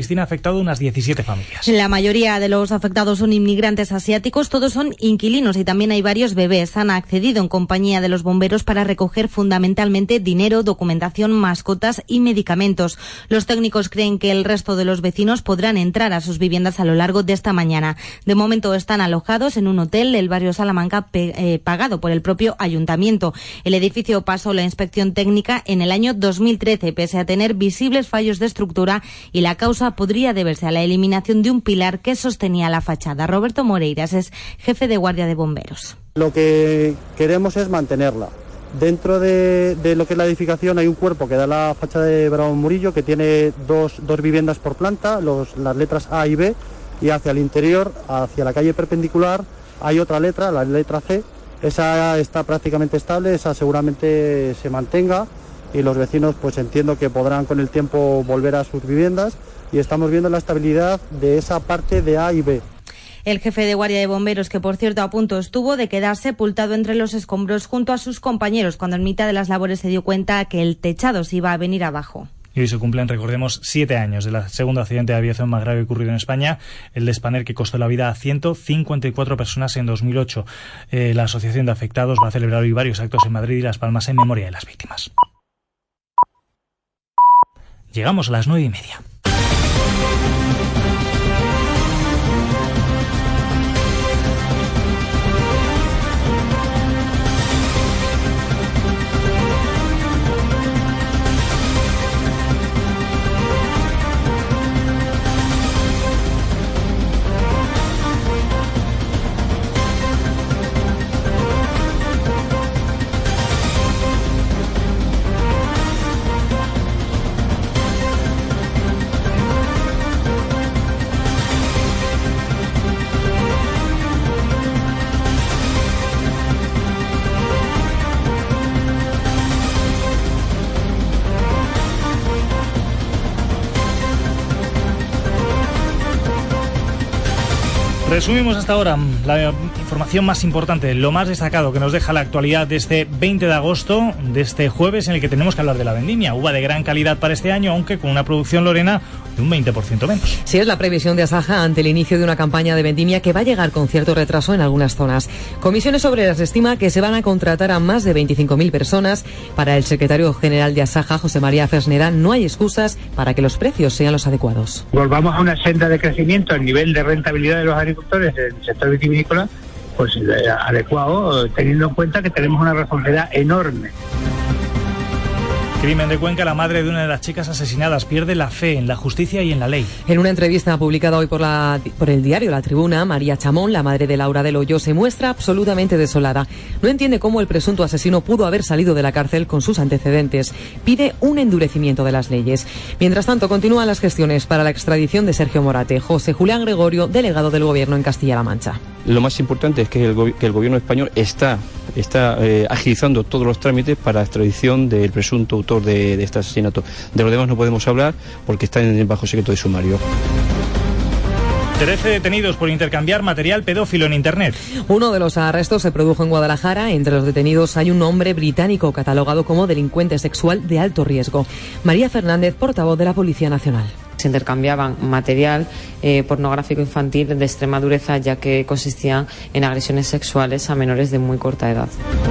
Cristina, ha afectado a unas diecisiete familias. La mayoría de los afectados son inmigrantes asiáticos, todos son inquilinos y también hay varios bebés. Han accedido en compañía de los bomberos para recoger fundamentalmente dinero, documentación, mascotas y medicamentos. Los técnicos creen que el resto de los vecinos podrán entrar a sus viviendas a lo largo de esta mañana. De momento están alojados en un hotel del barrio Salamanca pe- eh, pagado por el propio ayuntamiento. El edificio pasó la inspección técnica en el año dos mil trece, pese a tener visibles fallos de estructura, y la causa podría deberse a la eliminación de un pilar que sostenía la fachada. Roberto Moreiras es jefe de guardia de bomberos. Lo que queremos es mantenerla. Dentro de, de lo que es la edificación hay un cuerpo que da la fachada de Bravo Murillo, que tiene dos, dos viviendas por planta, los, las letras A y B, y hacia el interior, hacia la calle perpendicular, hay otra letra, la letra C. Esa está prácticamente estable, esa seguramente se mantenga, y los vecinos pues entiendo que podrán con el tiempo volver a sus viviendas, y estamos viendo la estabilidad de esa parte de A y B. El jefe de guardia de bomberos, que por cierto a punto estuvo de quedar sepultado entre los escombros junto a sus compañeros cuando en mitad de las labores se dio cuenta que el techado se iba a venir abajo. Y hoy se cumplen, recordemos, siete años del segundo accidente de aviación más grave ocurrido en España, el de Spanair, que costó la vida a ciento cincuenta y cuatro personas en dos mil ocho. Eh, la Asociación de Afectados va a celebrar hoy varios actos en Madrid y Las Palmas en memoria de las víctimas. Llegamos a las nueve y media. Resumimos hasta ahora la información más importante, lo más destacado que nos deja la actualidad de este veinte de agosto, de este jueves, en el que tenemos que hablar de la vendimia. Uva de gran calidad para este año, aunque con una producción, Lorena, de un veinte por ciento menos. Sí, es la previsión de Asaja ante el inicio de una campaña de vendimia que va a llegar con cierto retraso en algunas zonas. Comisiones Obreras estima que se van a contratar a más de veinticinco mil personas. Para el secretario general de Asaja, José María Fresneda, no hay excusas para que los precios sean los adecuados. Volvamos a una senda de crecimiento, el nivel de rentabilidad de los agricultores en el sector vitivinícola, pues eh, adecuado, teniendo en cuenta que tenemos una responsabilidad enorme. Crimen de Cuenca, la madre de una de las chicas asesinadas pierde la fe en la justicia y en la ley. En una entrevista publicada hoy por, la, por el diario La Tribuna, María Chamón, la madre de Laura del Hoyo, se muestra absolutamente desolada. No entiende cómo el presunto asesino pudo haber salido de la cárcel con sus antecedentes. Pide un endurecimiento de las leyes. Mientras tanto, continúan las gestiones para la extradición de Sergio Morate. José Julián Gregorio, delegado del Gobierno en Castilla-La Mancha. Lo más importante es que el, go- que el Gobierno español está, está eh, agilizando todos los trámites para la extradición del presunto autor de, de este asesinato. De lo demás no podemos hablar porque está en, bajo secreto de sumario. trece detenidos por intercambiar material pedófilo en Internet. Uno de los arrestos se produjo en Guadalajara. Entre los detenidos hay un hombre británico catalogado como delincuente sexual de alto riesgo. María Fernández, portavoz de la Policía Nacional. Se intercambiaban material eh, pornográfico infantil de extrema dureza, ya que consistían en agresiones sexuales a menores de muy corta edad.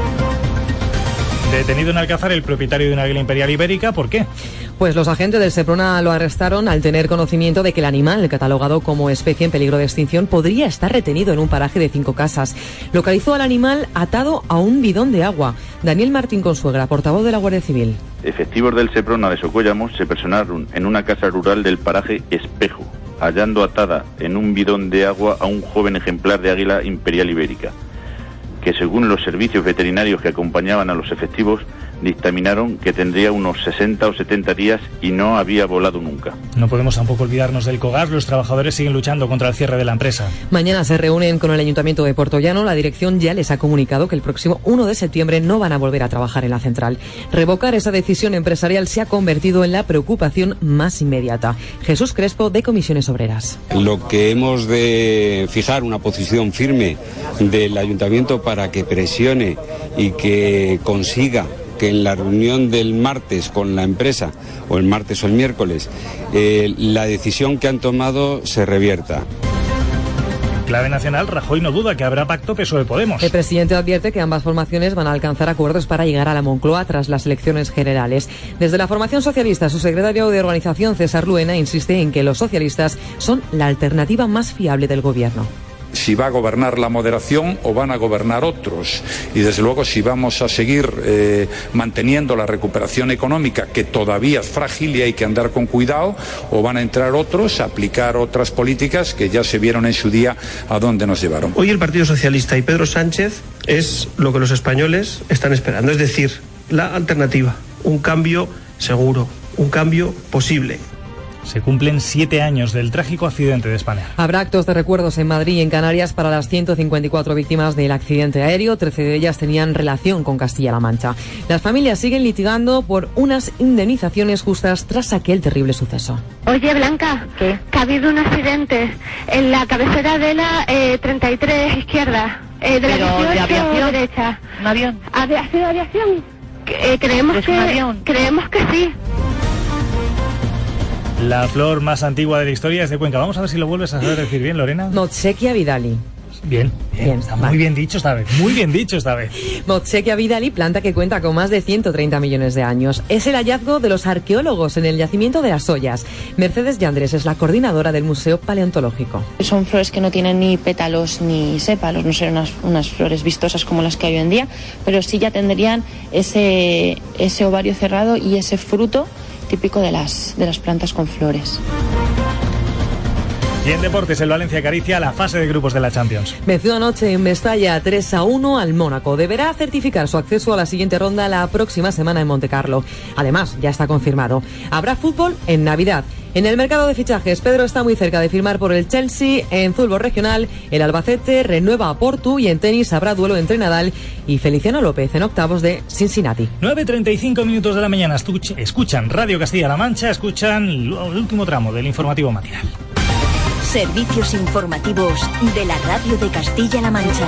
Detenido en Alcázar el propietario de una águila imperial ibérica, ¿por qué? Pues los agentes del Seprona lo arrestaron al tener conocimiento de que el animal, catalogado como especie en peligro de extinción, podría estar retenido en un paraje de Cinco Casas. Localizó al animal atado a un bidón de agua. Daniel Martín Consuegra, portavoz de la Guardia Civil. Efectivos del Seprona de Socollamos se personaron en una casa rural del paraje Espejo, hallando atada en un bidón de agua a un joven ejemplar de águila imperial ibérica, que según los servicios veterinarios que acompañaban a los efectivos, dictaminaron que tendría unos sesenta o setenta días y no había volado nunca. No podemos tampoco olvidarnos del COGAS. Los trabajadores siguen luchando contra el cierre de la empresa. Mañana se reúnen con el Ayuntamiento de Puertollano. La dirección ya les ha comunicado que el próximo uno de septiembre no van a volver a trabajar en la central. Revocar esa decisión empresarial se ha convertido en la preocupación más inmediata. Jesús Crespo, de Comisiones Obreras. Lo que hemos de fijar una posición firme del Ayuntamiento para que presione y que consiga que en la reunión del martes con la empresa, o el martes o el miércoles, eh, la decisión que han tomado se revierta. Clave nacional, Rajoy no duda que habrá pacto P S O E-Podemos. El presidente advierte que ambas formaciones van a alcanzar acuerdos para llegar a la Moncloa tras las elecciones generales. Desde la formación socialista, su secretario de organización, César Luena, insiste en que los socialistas son la alternativa más fiable del gobierno. Si va a gobernar la moderación o van a gobernar otros. Y desde luego si vamos a seguir eh, manteniendo la recuperación económica, que todavía es frágil y hay que andar con cuidado, o van a entrar otros a aplicar otras políticas que ya se vieron en su día a dónde nos llevaron. Hoy el Partido Socialista y Pedro Sánchez es lo que los españoles están esperando, es decir, la alternativa, un cambio seguro, un cambio posible. Se cumplen siete años del trágico accidente de Spanair. Habrá actos de recuerdos en Madrid y en Canarias para las ciento cincuenta y cuatro víctimas del accidente aéreo. trece de ellas tenían relación con Castilla-La Mancha. Las familias siguen litigando por unas indemnizaciones justas tras aquel terrible suceso. Oye, Blanca, ¿qué? Que ha habido un accidente en la cabecera de la eh, treinta y tres izquierda. Eh, de Pero, la dieciocho ¿de aviación? derecha. ¿Un avión? ¿Ha sido aviación? Eh, creemos ¿Es que un avión? Creemos que sí. La flor más antigua de la historia es de Cuenca. Vamos a ver si lo vuelves a saber decir bien, Lorena. Mottscheggia vidali. Bien, bien, bien, está vale. Muy bien dicho esta vez, muy bien dicho esta vez. Mottscheggia vidali, planta que cuenta con más de ciento treinta millones de años. Es el hallazgo de los arqueólogos en el yacimiento de las Ollas. Mercedes Yandres es la coordinadora del Museo Paleontológico. Son flores que no tienen ni pétalos ni sépalos, no serán unas, unas flores vistosas como las que hay hoy en día, pero sí ya tendrían ese, ese ovario cerrado y ese fruto típico de las, de las plantas con flores. Y en deportes, el Valencia acaricia la fase de grupos de la Champions. Venció anoche en Mestalla tres a uno al Mónaco. Deberá certificar su acceso a la siguiente ronda la próxima semana en Montecarlo. Además, ya está confirmado, habrá fútbol en Navidad. En el mercado de fichajes, Pedro está muy cerca de firmar por el Chelsea. En fútbol regional, el Albacete renueva a Portu, y en tenis habrá duelo entre Nadal y Feliciano López en octavos de Cincinnati. nueve treinta y cinco minutos de la mañana. Escuchan Radio Castilla-La Mancha, escuchan el último tramo del informativo matinal. Servicios informativos de la Radio de Castilla-La Mancha.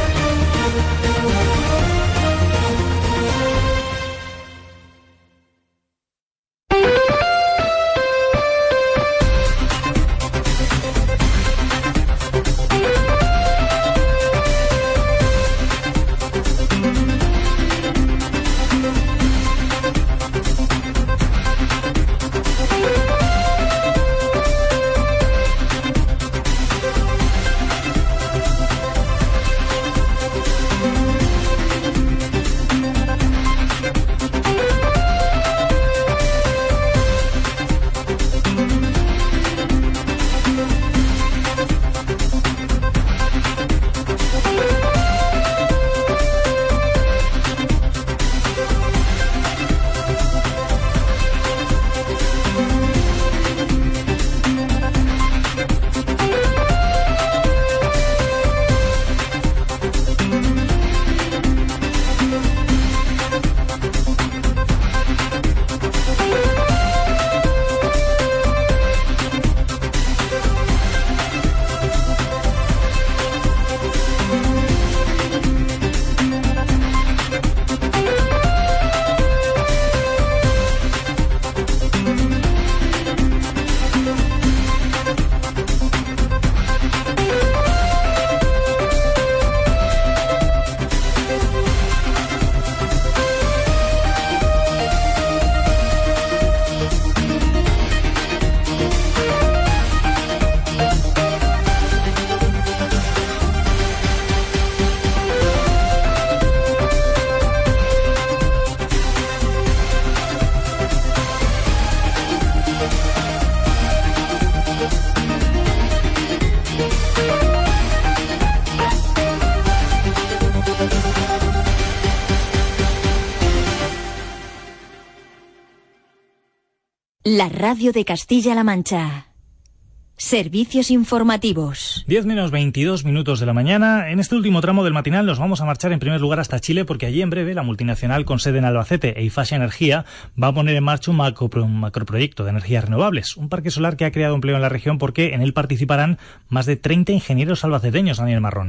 La Radio de Castilla-La Mancha. Servicios informativos. diez menos veintidós minutos de la mañana. En este último tramo del matinal nos vamos a marchar en primer lugar hasta Chile, porque allí en breve la multinacional con sede en Albacete, Eifasia Energía, va a poner en marcha un, macro, un macroproyecto de energías renovables. Un parque solar que ha creado empleo en la región porque en él participarán más de treinta ingenieros albaceteños, Daniel Marrón.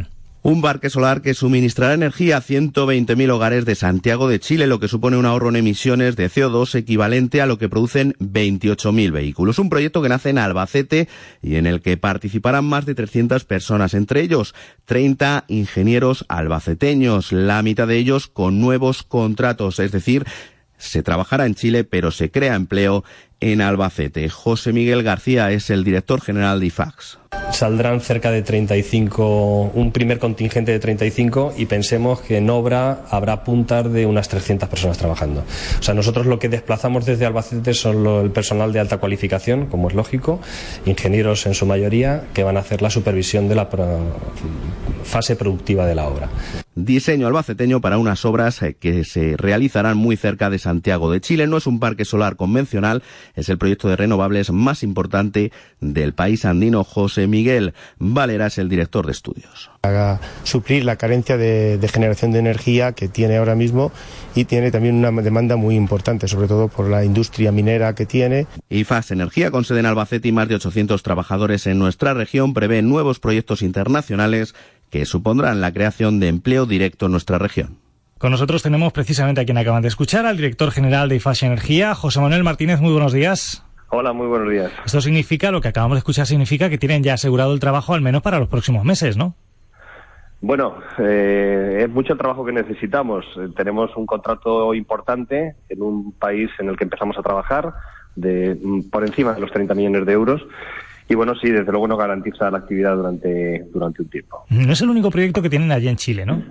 Un parque solar que suministrará energía a ciento veinte mil hogares de Santiago de Chile, lo que supone un ahorro en emisiones de C O dos equivalente a lo que producen veintiocho mil vehículos. Un proyecto que nace en Albacete y en el que participarán más de trescientas personas, entre ellos treinta ingenieros albaceteños, la mitad de ellos con nuevos contratos, es decir, se trabajará en Chile, pero se crea empleo en Albacete. José Miguel García es el director general de I F A X. Saldrán cerca de treinta y cinco, un primer contingente de treinta y cinco, y pensemos que en obra habrá puntas de unas trescientas personas trabajando. O sea, nosotros lo que desplazamos desde Albacete son lo, el personal de alta cualificación, como es lógico, ingenieros en su mayoría, que van a hacer la supervisión de la pro, fase productiva de la obra. Diseño albaceteño para unas obras que se realizarán muy cerca de Santiago de Chile. No es un parque solar convencional, es el proyecto de renovables más importante del país andino. José Miguel Valera es el director de estudios. Haga suplir la carencia de, de generación de energía que tiene ahora mismo, y tiene también una demanda muy importante, sobre todo por la industria minera que tiene. I F A X Energía, con sede en Albacete y más de ochocientos trabajadores en nuestra región, prevé nuevos proyectos internacionales que supondrán la creación de empleo directo en nuestra región. Con nosotros tenemos precisamente a quien acaban de escuchar, al director general de I F A X Energía, José Manuel Martínez. Muy buenos días. Hola, muy buenos días. Esto significa, lo que acabamos de escuchar significa que tienen ya asegurado el trabajo al menos para los próximos meses, ¿no? Bueno, eh, es mucho el trabajo que necesitamos. Eh, tenemos un contrato importante en un país en el que empezamos a trabajar de por encima de los treinta millones de euros. Y bueno, sí, desde luego nos garantiza la actividad durante, durante un tiempo. No es el único proyecto que tienen allí en Chile, ¿no?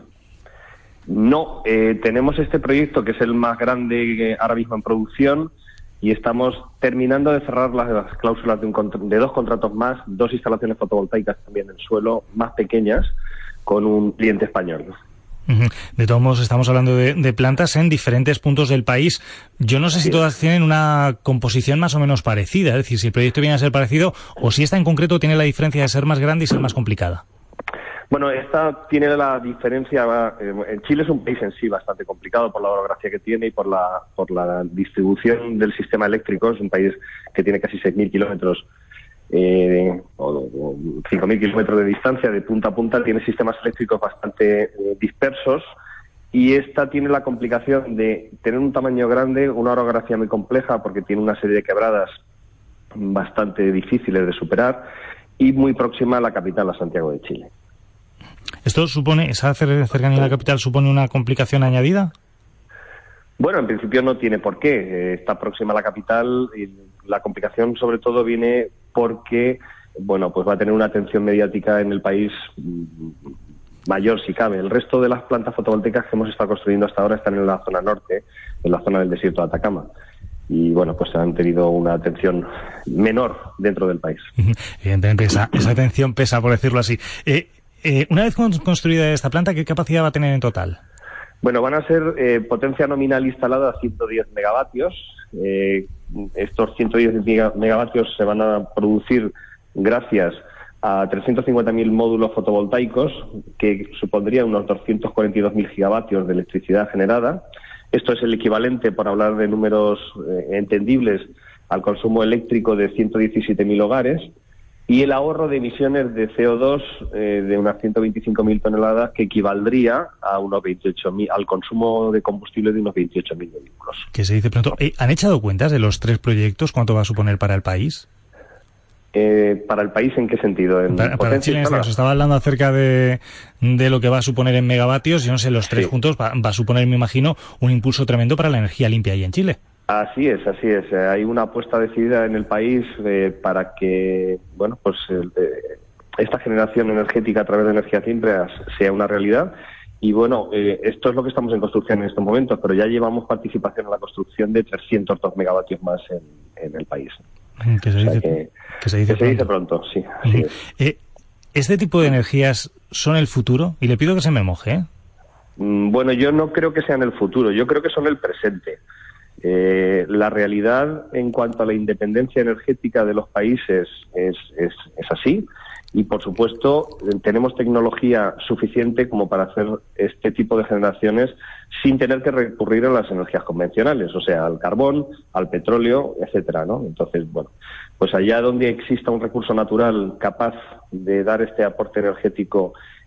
No, eh, tenemos este proyecto que es el más grande ahora mismo en producción, y estamos terminando de cerrar las, las cláusulas de, un, de dos contratos más, dos instalaciones fotovoltaicas también en suelo más pequeñas, con un cliente español. De todos modos, estamos hablando de, de plantas en diferentes puntos del país. Yo no sé si todas tienen una composición más o menos parecida, es decir, si el proyecto viene a ser parecido, o si esta en concreto tiene la diferencia de ser más grande y ser más complicada. Bueno, esta tiene la diferencia. Eh, Chile es un país en sí bastante complicado por la orografía que tiene y por la por la distribución del sistema eléctrico. Es un país que tiene casi seis mil kilómetros eh, o, o cinco mil kilómetros de distancia de punta a punta. Tiene sistemas eléctricos bastante eh, dispersos, y esta tiene la complicación de tener un tamaño grande, una orografía muy compleja porque tiene una serie de quebradas bastante difíciles de superar, y muy próxima a la capital, a Santiago de Chile. ¿Esto supone, esa cercanía a la capital supone una complicación añadida? Bueno, en principio no tiene por qué. Está próxima a la capital, y la complicación sobre todo viene porque, bueno, pues va a tener una atención mediática en el país mayor si cabe. El resto de las plantas fotovoltaicas que hemos estado construyendo hasta ahora están en la zona norte, en la zona del desierto de Atacama. Y bueno, pues han tenido una atención menor dentro del país. Evidentemente esa, esa atención pesa, por decirlo así. Eh, eh, una vez construida esta planta, ¿qué capacidad va a tener en total? Bueno, van a ser eh, potencia nominal instalada a ciento diez megavatios. Eh, estos ciento diez megavatios se van a producir gracias a trescientos cincuenta mil módulos fotovoltaicos, que supondrían unos doscientos cuarenta y dos mil gigavatios de electricidad generada. Esto es el equivalente, por hablar de números eh, entendibles, al consumo eléctrico de ciento diecisiete mil hogares, y el ahorro de emisiones de C O dos eh, de unas ciento veinticinco mil toneladas, que equivaldría a unos veintiocho mil, al consumo de combustible de unos veintiocho mil vehículos. Que se dice pronto. Eh, ¿Han echado cuentas de los tres proyectos? ¿Cuánto va a suponer para el país? Eh, ¿Para el país en qué sentido? ¿En para, para Chile, en este estaba hablando acerca de, de lo que va a suponer en megavatios. Yo no sé, los tres sí. juntos va, va a suponer, me imagino, un impulso tremendo para la energía limpia ahí en Chile. Así es, así es. Hay una apuesta decidida en el país eh, para que, bueno, pues eh, esta generación energética a través de energías limpias sea una realidad. Y bueno, eh, esto es lo que estamos en construcción en estos momentos, pero ya llevamos participación en la construcción de trescientos dos megavatios más en, en el país. Que se, o sea dice, que, que se dice que se dice pronto, sí. Así uh-huh. es. Eh, ¿Este tipo de energías son el futuro? Y le pido que se me moje, ¿eh? Mm, bueno, yo no creo que sean el futuro, yo creo que son el presente. Eh, la realidad en cuanto a la independencia energética de los países es, es, es así, y por supuesto tenemos tecnología suficiente como para hacer este tipo de generaciones sin tener que recurrir a las energías convencionales, o sea, al carbón, al petróleo, etcétera, ¿no? Entonces, bueno, pues allá donde exista un recurso natural capaz de dar este aporte energético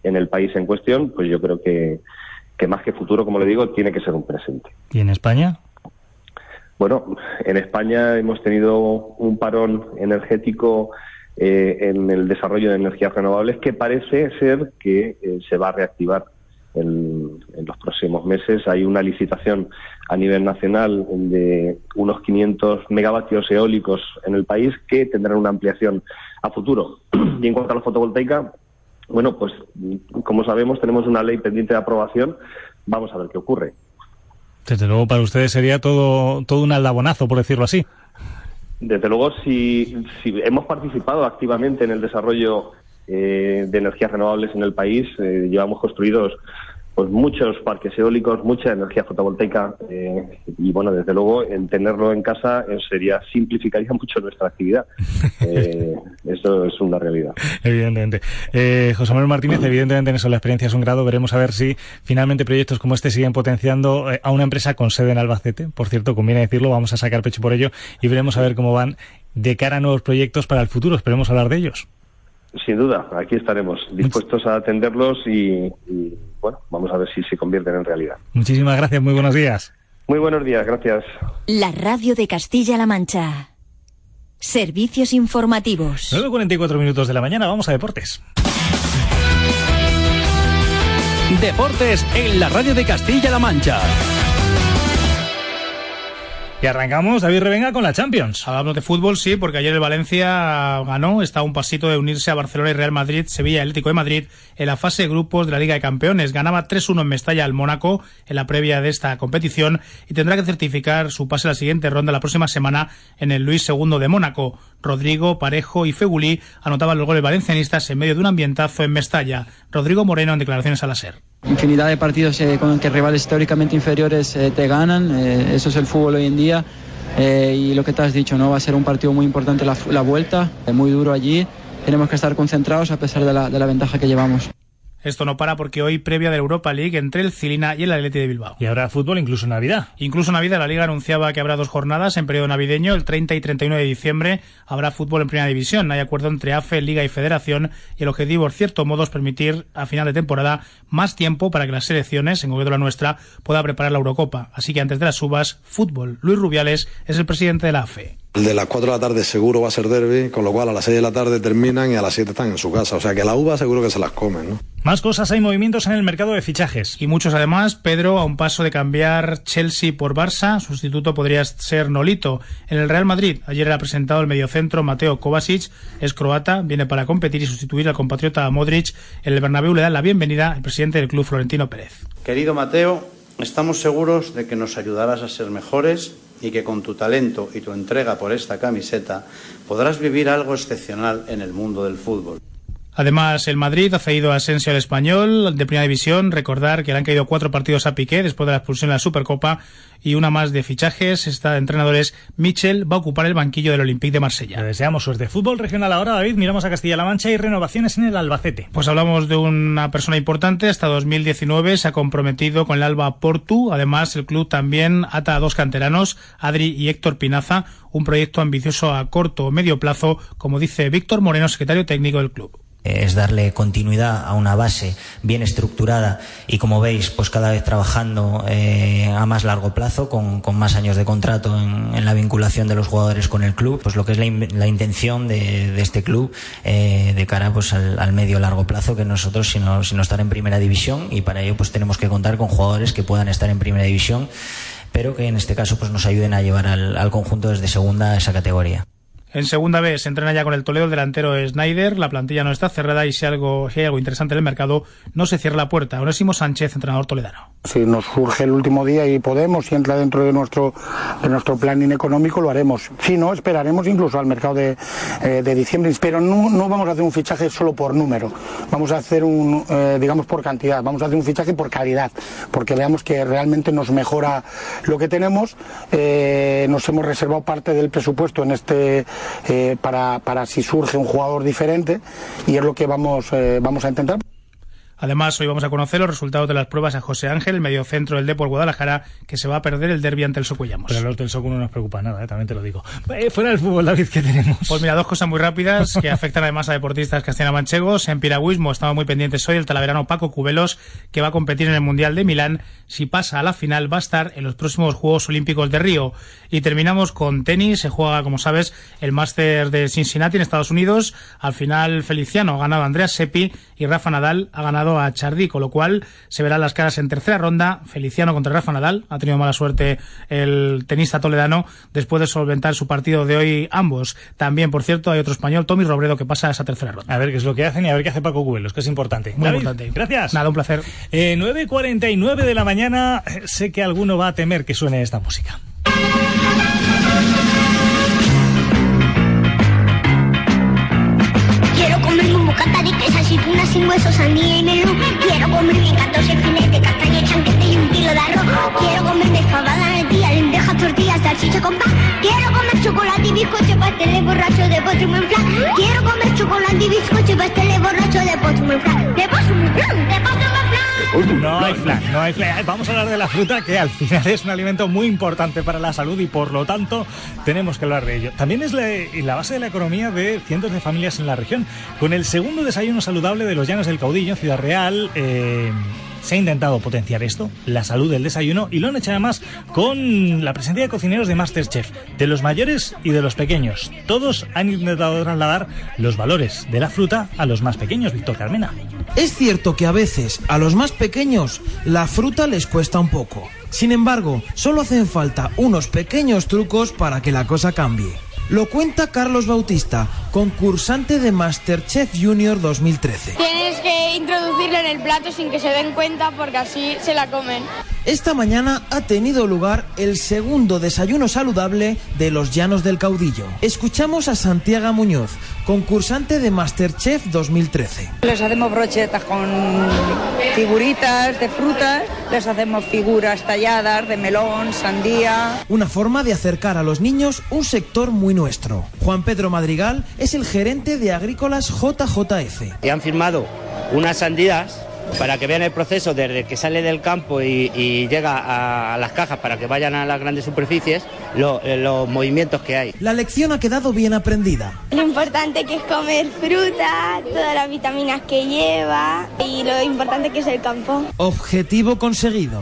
en el país en cuestión, pues yo creo que, que más que futuro, como le digo, tiene que ser un presente. ¿Y en España? Bueno, en España hemos tenido un parón energético eh, en el desarrollo de energías renovables que parece ser que eh, se va a reactivar en, en los próximos meses. Hay una licitación a nivel nacional de unos quinientos megavatios eólicos en el país que tendrán una ampliación a futuro. Y en cuanto a la fotovoltaica, bueno, pues como sabemos tenemos una ley pendiente de aprobación. Vamos a ver qué ocurre. Desde luego para ustedes sería todo todo un aldabonazo, por decirlo así. Desde luego, si, si hemos participado activamente en el desarrollo eh, de energías renovables en el país, eh, llevamos construidos pues muchos parques eólicos, mucha energía fotovoltaica eh, y bueno, desde luego, en tenerlo en casa eh, sería simplificaría mucho nuestra actividad. Eh, eso es una realidad. Evidentemente. Eh, José Manuel Martínez, evidentemente en eso la experiencia es un grado. Veremos a ver si finalmente proyectos como este siguen potenciando eh, a una empresa con sede en Albacete. Por cierto, conviene decirlo, vamos a sacar pecho por ello y veremos a ver cómo van de cara a nuevos proyectos para el futuro. Esperemos hablar de ellos. Sin duda, aquí estaremos dispuestos a atenderlos y, y bueno, vamos a ver si se convierten en realidad. Muchísimas gracias, muy buenos días. Muy buenos días, gracias. La radio de Castilla-La Mancha. Servicios informativos. nueve cuarenta y cuatro minutos de la mañana, vamos a deportes. Deportes en la radio de Castilla-La Mancha. Y arrancamos, David Revenga, con la Champions. Hablamos de fútbol, sí, porque ayer el Valencia ganó, está a un pasito de unirse a Barcelona y Real Madrid, Sevilla y Atlético de Madrid en la fase de grupos de la Liga de Campeones. Ganaba tres uno en Mestalla al Mónaco en la previa de esta competición y tendrá que certificar su pase a la siguiente ronda la próxima semana en el Luis segundo de Mónaco. Rodrigo, Parejo y Fegulí anotaban los goles valencianistas en medio de un ambientazo en Mestalla. Rodrigo Moreno en declaraciones a la SER. Infinidad de partidos eh, con que rivales históricamente inferiores eh, te ganan, eh, eso es el fútbol hoy en día eh, y lo que te has dicho, ¿no? Va a ser un partido muy importante la, la vuelta, eh, muy duro allí, tenemos que estar concentrados a pesar de la, de la ventaja que llevamos. Esto no para porque hoy previa de la Europa League entre el Cilina y el Athletic de Bilbao. Y habrá fútbol incluso en Navidad. Incluso en Navidad la Liga anunciaba que habrá dos jornadas en periodo navideño. El treinta y treinta y nueve de diciembre habrá fútbol en Primera División. Hay acuerdo entre A F E, Liga y Federación y el objetivo, en cierto modo, es permitir a final de temporada más tiempo para que las selecciones, en concreto la nuestra, pueda preparar la Eurocopa. Así que antes de las uvas, fútbol. Luis Rubiales es el presidente de la A F E. El de las cuatro de la tarde seguro va a ser derbi, con lo cual a las seis de la tarde terminan y a las siete están en su casa. O sea que la uva seguro que se las comen, ¿no? Más cosas, hay movimientos en el mercado de fichajes. Y muchos además. Pedro, a un paso de cambiar Chelsea por Barça, sustituto podría ser Nolito. En el Real Madrid, ayer era presentado el mediocentro Mateo Kovacic, es croata, viene para competir y sustituir al compatriota Modric. En el Bernabéu le dan la bienvenida el presidente del club, Florentino Pérez. Querido Mateo, estamos seguros de que nos ayudarás a ser mejores y que con tu talento y tu entrega por esta camiseta podrás vivir algo excepcional en el mundo del fútbol. Además, el Madrid ha cedido a Asensio al Español de Primera División. Recordar que le han caído cuatro partidos a Piqué después de la expulsión en la Supercopa y una más de fichajes. Esta de entrenadores, Michel va a ocupar el banquillo del Olympique de Marsella. Le deseamos suerte. Fútbol regional ahora, David. Miramos a Castilla-La Mancha y renovaciones en el Albacete. Pues hablamos de una persona importante. Hasta dos mil diecinueve se ha comprometido con el Alba Portu. Además, el club también ata a dos canteranos, Adri y Héctor Pinaza. Un proyecto ambicioso a corto o medio plazo, como dice Víctor Moreno, secretario técnico del club. Es darle continuidad a una base bien estructurada y, como veis, pues cada vez trabajando eh, a más largo plazo, con, con más años de contrato en, en la vinculación de los jugadores con el club, pues lo que es la, in, la intención de, de este club eh, de cara pues al, al medio largo plazo, que nosotros sino, sino estar en primera división, y para ello pues tenemos que contar con jugadores que puedan estar en primera división, pero que en este caso pues nos ayuden a llevar al, al conjunto desde segunda a esa categoría. En segunda vez se entrena ya con el Toledo el delantero Snyder. La plantilla no está cerrada y si, algo, si hay algo interesante en el mercado, no se cierra la puerta. Onésimo Sánchez, entrenador toledano. Si nos surge el último día y podemos, si entra dentro de nuestro de nuestro planning económico, lo haremos. Si no, esperaremos incluso al mercado de, eh, de diciembre. Pero no, no vamos a hacer un fichaje solo por número. Vamos a hacer un, eh, digamos, por cantidad. Vamos a hacer un fichaje por calidad. Porque veamos que realmente nos mejora lo que tenemos. Eh, nos hemos reservado parte del presupuesto en este... Eh, para, para si surge un jugador diferente y es lo que vamos, eh, vamos a intentar. Además, hoy vamos a conocer los resultados de las pruebas a José Ángel, el mediocentro del Depor Guadalajara, que se va a perder el derbi ante el Socuellamos. Pero los del Socu no nos preocupa nada, ¿eh? También te lo digo. Eh, fuera del fútbol, David, ¿qué tenemos? Pues mira, dos cosas muy rápidas que afectan además a deportistas castellano-manchegos. En piragüismo estamos muy pendientes hoy el talaverano Paco Cubelos, que va a competir en el Mundial de Milán. Si pasa a la final, va a estar en los próximos Juegos Olímpicos de Río. Y terminamos con tenis. Se juega, como sabes, el Máster de Cincinnati en Estados Unidos. Al final, Feliciano ha ganado a Andrea Seppi y Rafa Nadal ha ganado a Chardy, con lo cual se verán las caras en tercera ronda. Feliciano contra Rafa Nadal. Ha tenido mala suerte el tenista toledano después de solventar su partido de hoy ambos. También, por cierto, hay otro español, Tommy Robredo, que pasa a esa tercera ronda. A ver qué es lo que hacen y a ver qué hace Paco Cubelos, que es importante. Muy David, importante. Gracias. Nada, un placer. Eh, nueve cuarenta y nueve de la mañana. Sé que alguno va a temer que suene esta música. Quiero comerme un bocata de queso, aceitunas sin hueso, sandía y melón. Quiero comerme catorce filetes, castaña, chanquete y un kilo de arroz. Quiero comerme fabada de tía, lentejas, tortillas, salchicha con pan. Quiero comer chocolate y bizcocho, pasteles borrachos de postre muy flan. Quiero comer chocolate y bizcocho, pasteles borrachos de postre muy flan. De postre muy flan, de postre muy flan. No hay flan, no hay flan. Vamos a hablar de la fruta, que al final es un alimento muy importante para la salud y por lo tanto tenemos que hablar de ello. También es la, la base de la economía de cientos de familias en la región. Con el segundo desayuno saludable de los Llanos del Caudillo en Ciudad Real, eh, se ha intentado potenciar esto, la salud del desayuno, y lo han hecho además con la presencia de cocineros de MasterChef, de los mayores y de los pequeños. Todos han intentado trasladar los valores de la fruta a los más pequeños. Víctor Carmena. Es cierto que a veces a los más pequeños la fruta les cuesta un poco. Sin embargo, solo hacen falta unos pequeños trucos para que la cosa cambie. Lo cuenta Carlos Bautista, concursante de MasterChef Junior dos mil trece. Tienes que introducirlo en el plato sin que se den cuenta porque así se la comen. Esta mañana ha tenido lugar el segundo desayuno saludable de los Llanos del Caudillo. Escuchamos a Santiago Muñoz, concursante de MasterChef dos mil trece. Les hacemos brochetas con figuritas de frutas, les hacemos figuras talladas de melón, sandía. Una forma de acercar a los niños un sector muy nuestro. Juan Pedro Madrigal es el gerente de Agrícolas J J F. Y han firmado unas sandías para que vean el proceso desde que sale del campo y, y llega a las cajas para que vayan a las grandes superficies, lo, los movimientos que hay. La lección ha quedado bien aprendida. Lo importante que es comer fruta, todas las vitaminas que lleva y lo importante que es el campo. Objetivo conseguido.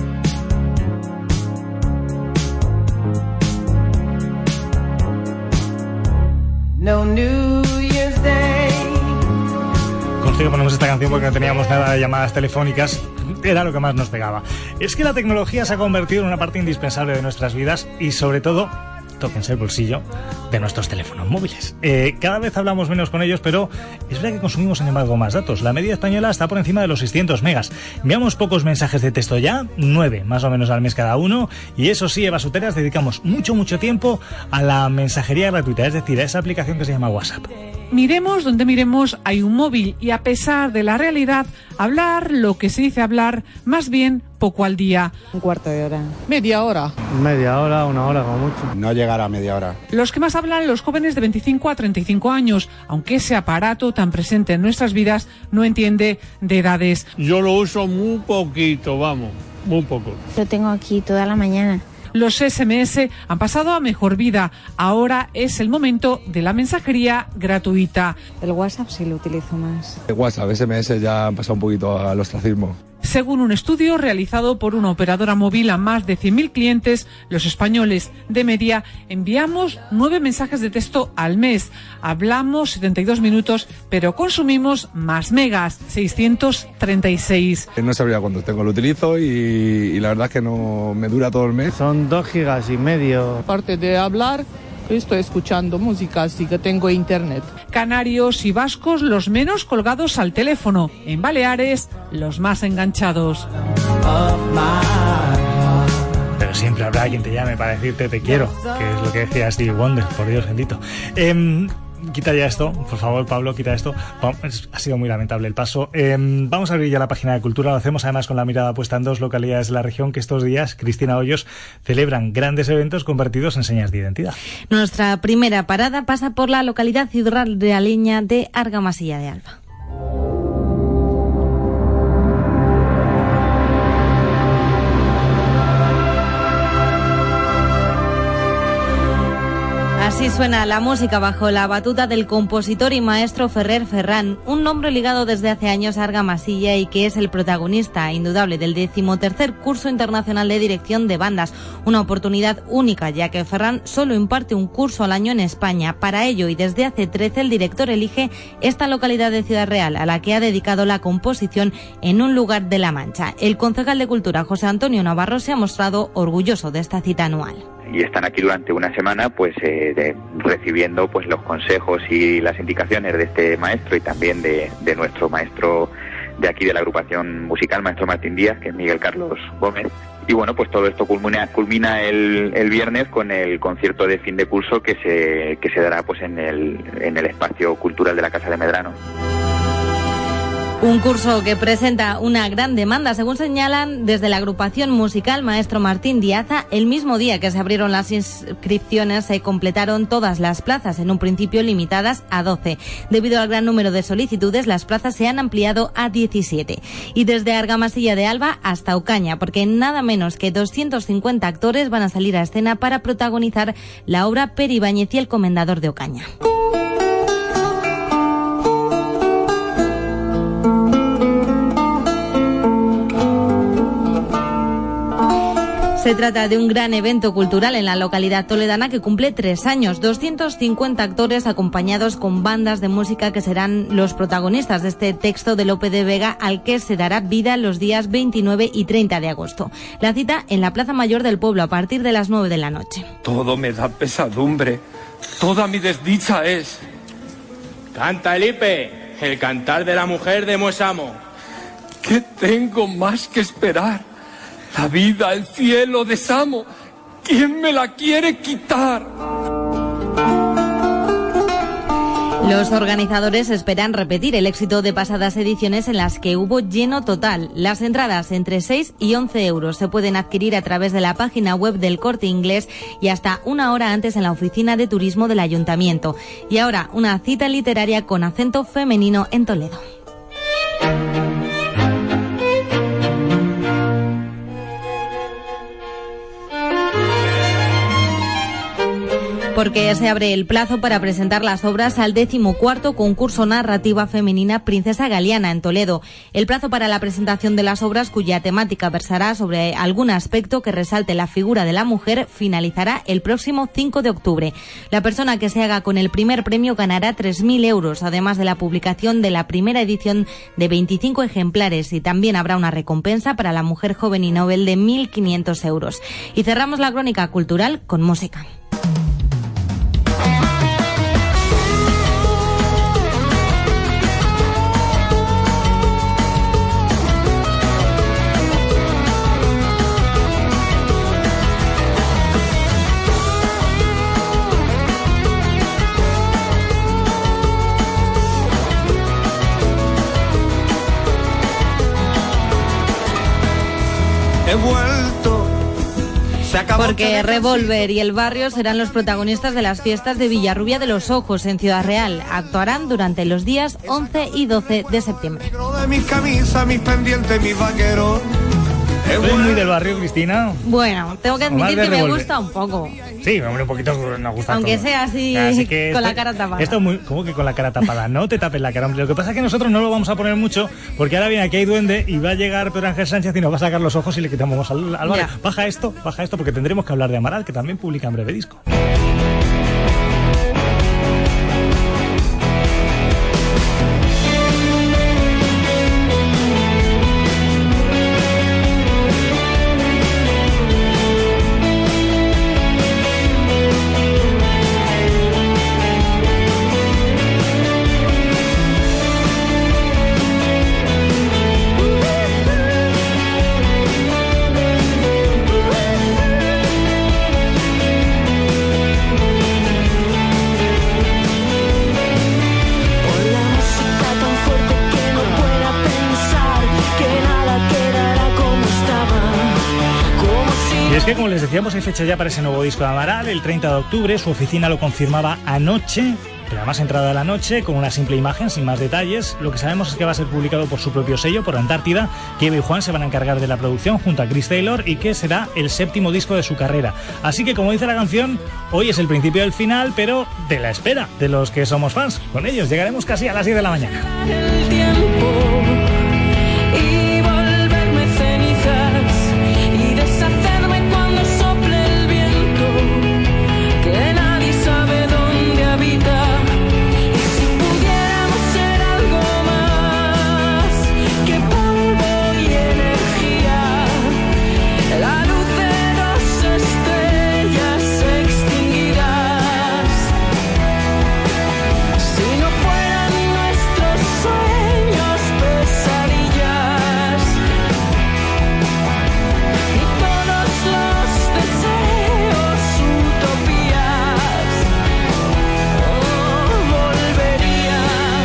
No New Year's Day. Consigo ponemos esta canción porque no teníamos nada de llamadas telefónicas. Era lo que más nos pegaba. Es que la tecnología se ha convertido en una parte indispensable de nuestras vidas y sobre todo, tóquense el bolsillo, de nuestros teléfonos móviles. Eh, cada vez hablamos menos con ellos, pero es verdad que consumimos, sin embargo, más datos. La media española está por encima de los seiscientos megas. Enviamos pocos mensajes de texto ya, nueve más o menos al mes cada uno, y eso sí, Eva Suteras, dedicamos mucho, mucho tiempo a la mensajería gratuita, es decir, a esa aplicación que se llama WhatsApp. Miremos donde miremos, hay un móvil y a pesar de la realidad, hablar lo que se dice hablar, más bien poco al día. Un cuarto de hora. Media hora. Media hora, una hora como mucho. No llegará a media hora. Los que más hablan los jóvenes de veinticinco a treinta y cinco años, aunque ese aparato tan presente en nuestras vidas no entiende de edades. Yo lo uso muy poquito, vamos, muy poco. Lo tengo aquí toda la mañana. Los ese eme ese han pasado a mejor vida. Ahora es el momento de la mensajería gratuita. El WhatsApp sí lo utilizo más. El WhatsApp, ese eme ese ya han pasado un poquito al ostracismo. Según un estudio realizado por una operadora móvil a más de cien mil clientes, los españoles de media enviamos nueve mensajes de texto al mes. Hablamos setenta y dos minutos, pero consumimos más megas, seiscientos treinta y seis. No sabría cuánto tengo, lo utilizo y, y la verdad es que no me dura todo el mes. Son dos gigas y medio. Aparte de hablar, estoy escuchando música, así que tengo internet. Canarios y vascos los menos colgados al teléfono. En Baleares, los más enganchados. Pero siempre habrá quien te llame para decirte te quiero, que es lo que decía Stevie Wonder, por Dios bendito. Eh, Quita ya esto, por favor, Pablo, quita esto. Ha sido muy lamentable el paso. Eh, vamos a abrir ya la página de Cultura. Lo hacemos además con la mirada puesta en dos localidades de la región que estos días, Cristina Hoyos, celebran grandes eventos convertidos en señas de identidad. Nuestra primera parada pasa por la localidad hidroaleña de Argamasilla de Alba. suena la música bajo la batuta del compositor y maestro Ferrer Ferran, un nombre ligado desde hace años a Argamasilla y que es el protagonista indudable del decimotercer curso internacional de dirección de bandas. Una oportunidad única, ya que Ferran solo imparte un curso al año en España. Para ello, y desde hace trece, el director elige esta localidad de Ciudad Real, a la que ha dedicado la composición en un lugar de La Mancha. El concejal de Cultura, José Antonio Navarro, se ha mostrado orgulloso de esta cita anual. Y están aquí durante una semana pues eh, de, recibiendo pues los consejos y las indicaciones de este maestro y también de, de nuestro maestro de aquí de la agrupación musical, maestro Martín Díaz, que es Miguel Carlos Gómez. Y bueno, pues todo esto culmina, culmina el, el viernes con el concierto de fin de curso que se, que se dará pues en el, en el espacio cultural de la Casa de Medrano. Un curso que presenta una gran demanda, según señalan desde la agrupación musical Maestro Martín Díaza. El mismo día que se abrieron las inscripciones se completaron todas las plazas, en un principio limitadas a doce. Debido al gran número de solicitudes, las plazas se han ampliado a diecisiete. Y desde Argamasilla de Alba hasta Ocaña, porque nada menos que doscientos cincuenta actores van a salir a escena para protagonizar la obra Pere Ibáñez y el Comendador de Ocaña. Se trata de un gran evento cultural en la localidad toledana que cumple tres años. doscientos cincuenta actores acompañados con bandas de música que serán los protagonistas de este texto de Lope de Vega, al que se dará vida los días veintinueve y treinta de agosto. La cita en la Plaza Mayor del pueblo a partir de las nueve de la noche. Todo me da pesadumbre. Toda mi desdicha es... Canta, Elipe, el cantar de la mujer de Muesamo. ¿Qué tengo más que esperar? La vida, el cielo de Samo. ¿Quién me la quiere quitar? Los organizadores esperan repetir el éxito de pasadas ediciones en las que hubo lleno total. Las entradas entre seis y once euros se pueden adquirir a través de la página web del Corte Inglés y hasta una hora antes en la oficina de turismo del Ayuntamiento. Y ahora una cita literaria con acento femenino en Toledo. Porque se abre el plazo para presentar las obras al decimocuarto concurso Narrativa Femenina Princesa Galiana en Toledo. El plazo para la presentación de las obras, cuya temática versará sobre algún aspecto que resalte la figura de la mujer, finalizará el próximo cinco de octubre. La persona que se haga con el primer premio ganará tres mil euros, además de la publicación de la primera edición de veinticinco ejemplares, y también habrá una recompensa para la mujer joven y novel de mil quinientos euros. Y cerramos la crónica cultural con música. He vuelto. Se acabó. Porque Revolver y El Barrio serán los protagonistas de las fiestas de Villarrubia de los Ojos en Ciudad Real. Actuarán durante los días once y doce de septiembre. De mis camisas, mis pendientes, mis vaqueros. ¿Eres muy del Barrio, Cristina? Bueno, tengo que admitir que me gusta un poco. Sí, hombre, un poquito nos gusta. Aunque todo. sea así, así que con esto, la cara tapada. Esto es muy, ¿cómo que con la cara tapada? No te tapes la cara, hombre. Lo que pasa es que nosotros no lo vamos a poner mucho, porque ahora viene aquí hay duende y va a llegar Pedro Ángel Sánchez y nos va a sacar los ojos y le quitamos al, al Barrio. Baja esto, baja esto, porque tendremos que hablar de Amaral, que también publica en breve disco. Y es que, como les decíamos, hay fecha ya para ese nuevo disco de Amaral, el treinta de octubre. Su oficina lo confirmaba anoche. la más entrada de la noche, con una simple imagen, sin más detalles. Lo que sabemos es que va a ser publicado por su propio sello, por Antártida, que Eva y Juan se van a encargar de la producción junto a Chris Taylor y que será el séptimo disco de su carrera. Así que, como dice la canción, hoy es el principio del final, pero de la espera de los que somos fans. Con ellos llegaremos casi a las diez de la mañana. El tiempo y volverme cenizas y deshacerme cuando sople el viento que nadie sabe dónde habita. Y si pudiéramos ser algo más que polvo y energía, la luz de dos estrellas extinguidas, si no fueran nuestros sueños pesadillas y todos los deseos utopías, oh, volvería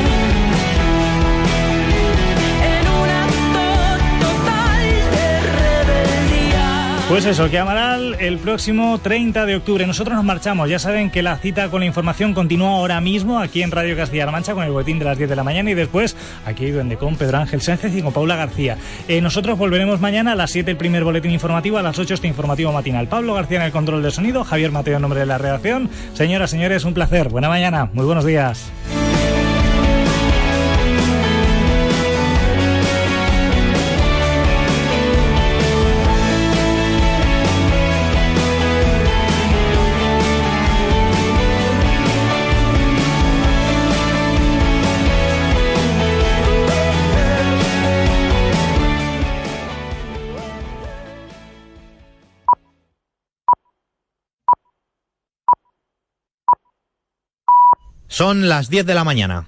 en un acto total de rebeldía. Pues eso, que Amaral el próximo treinta de octubre. Nosotros nos marchamos. Ya saben que la cita con la información continúa ahora mismo aquí en Radio Castilla-La Mancha con el boletín de las diez de la mañana y después aquí donde con Pedro Ángel Sánchez y con Paula García. Eh, nosotros volveremos mañana a las siete el primer boletín informativo, a las ocho este informativo matinal. Pablo García en el control del sonido, Javier Mateo en nombre de la redacción. Señoras, señores, un placer. Buena mañana. Muy buenos días. Son las diez de la mañana.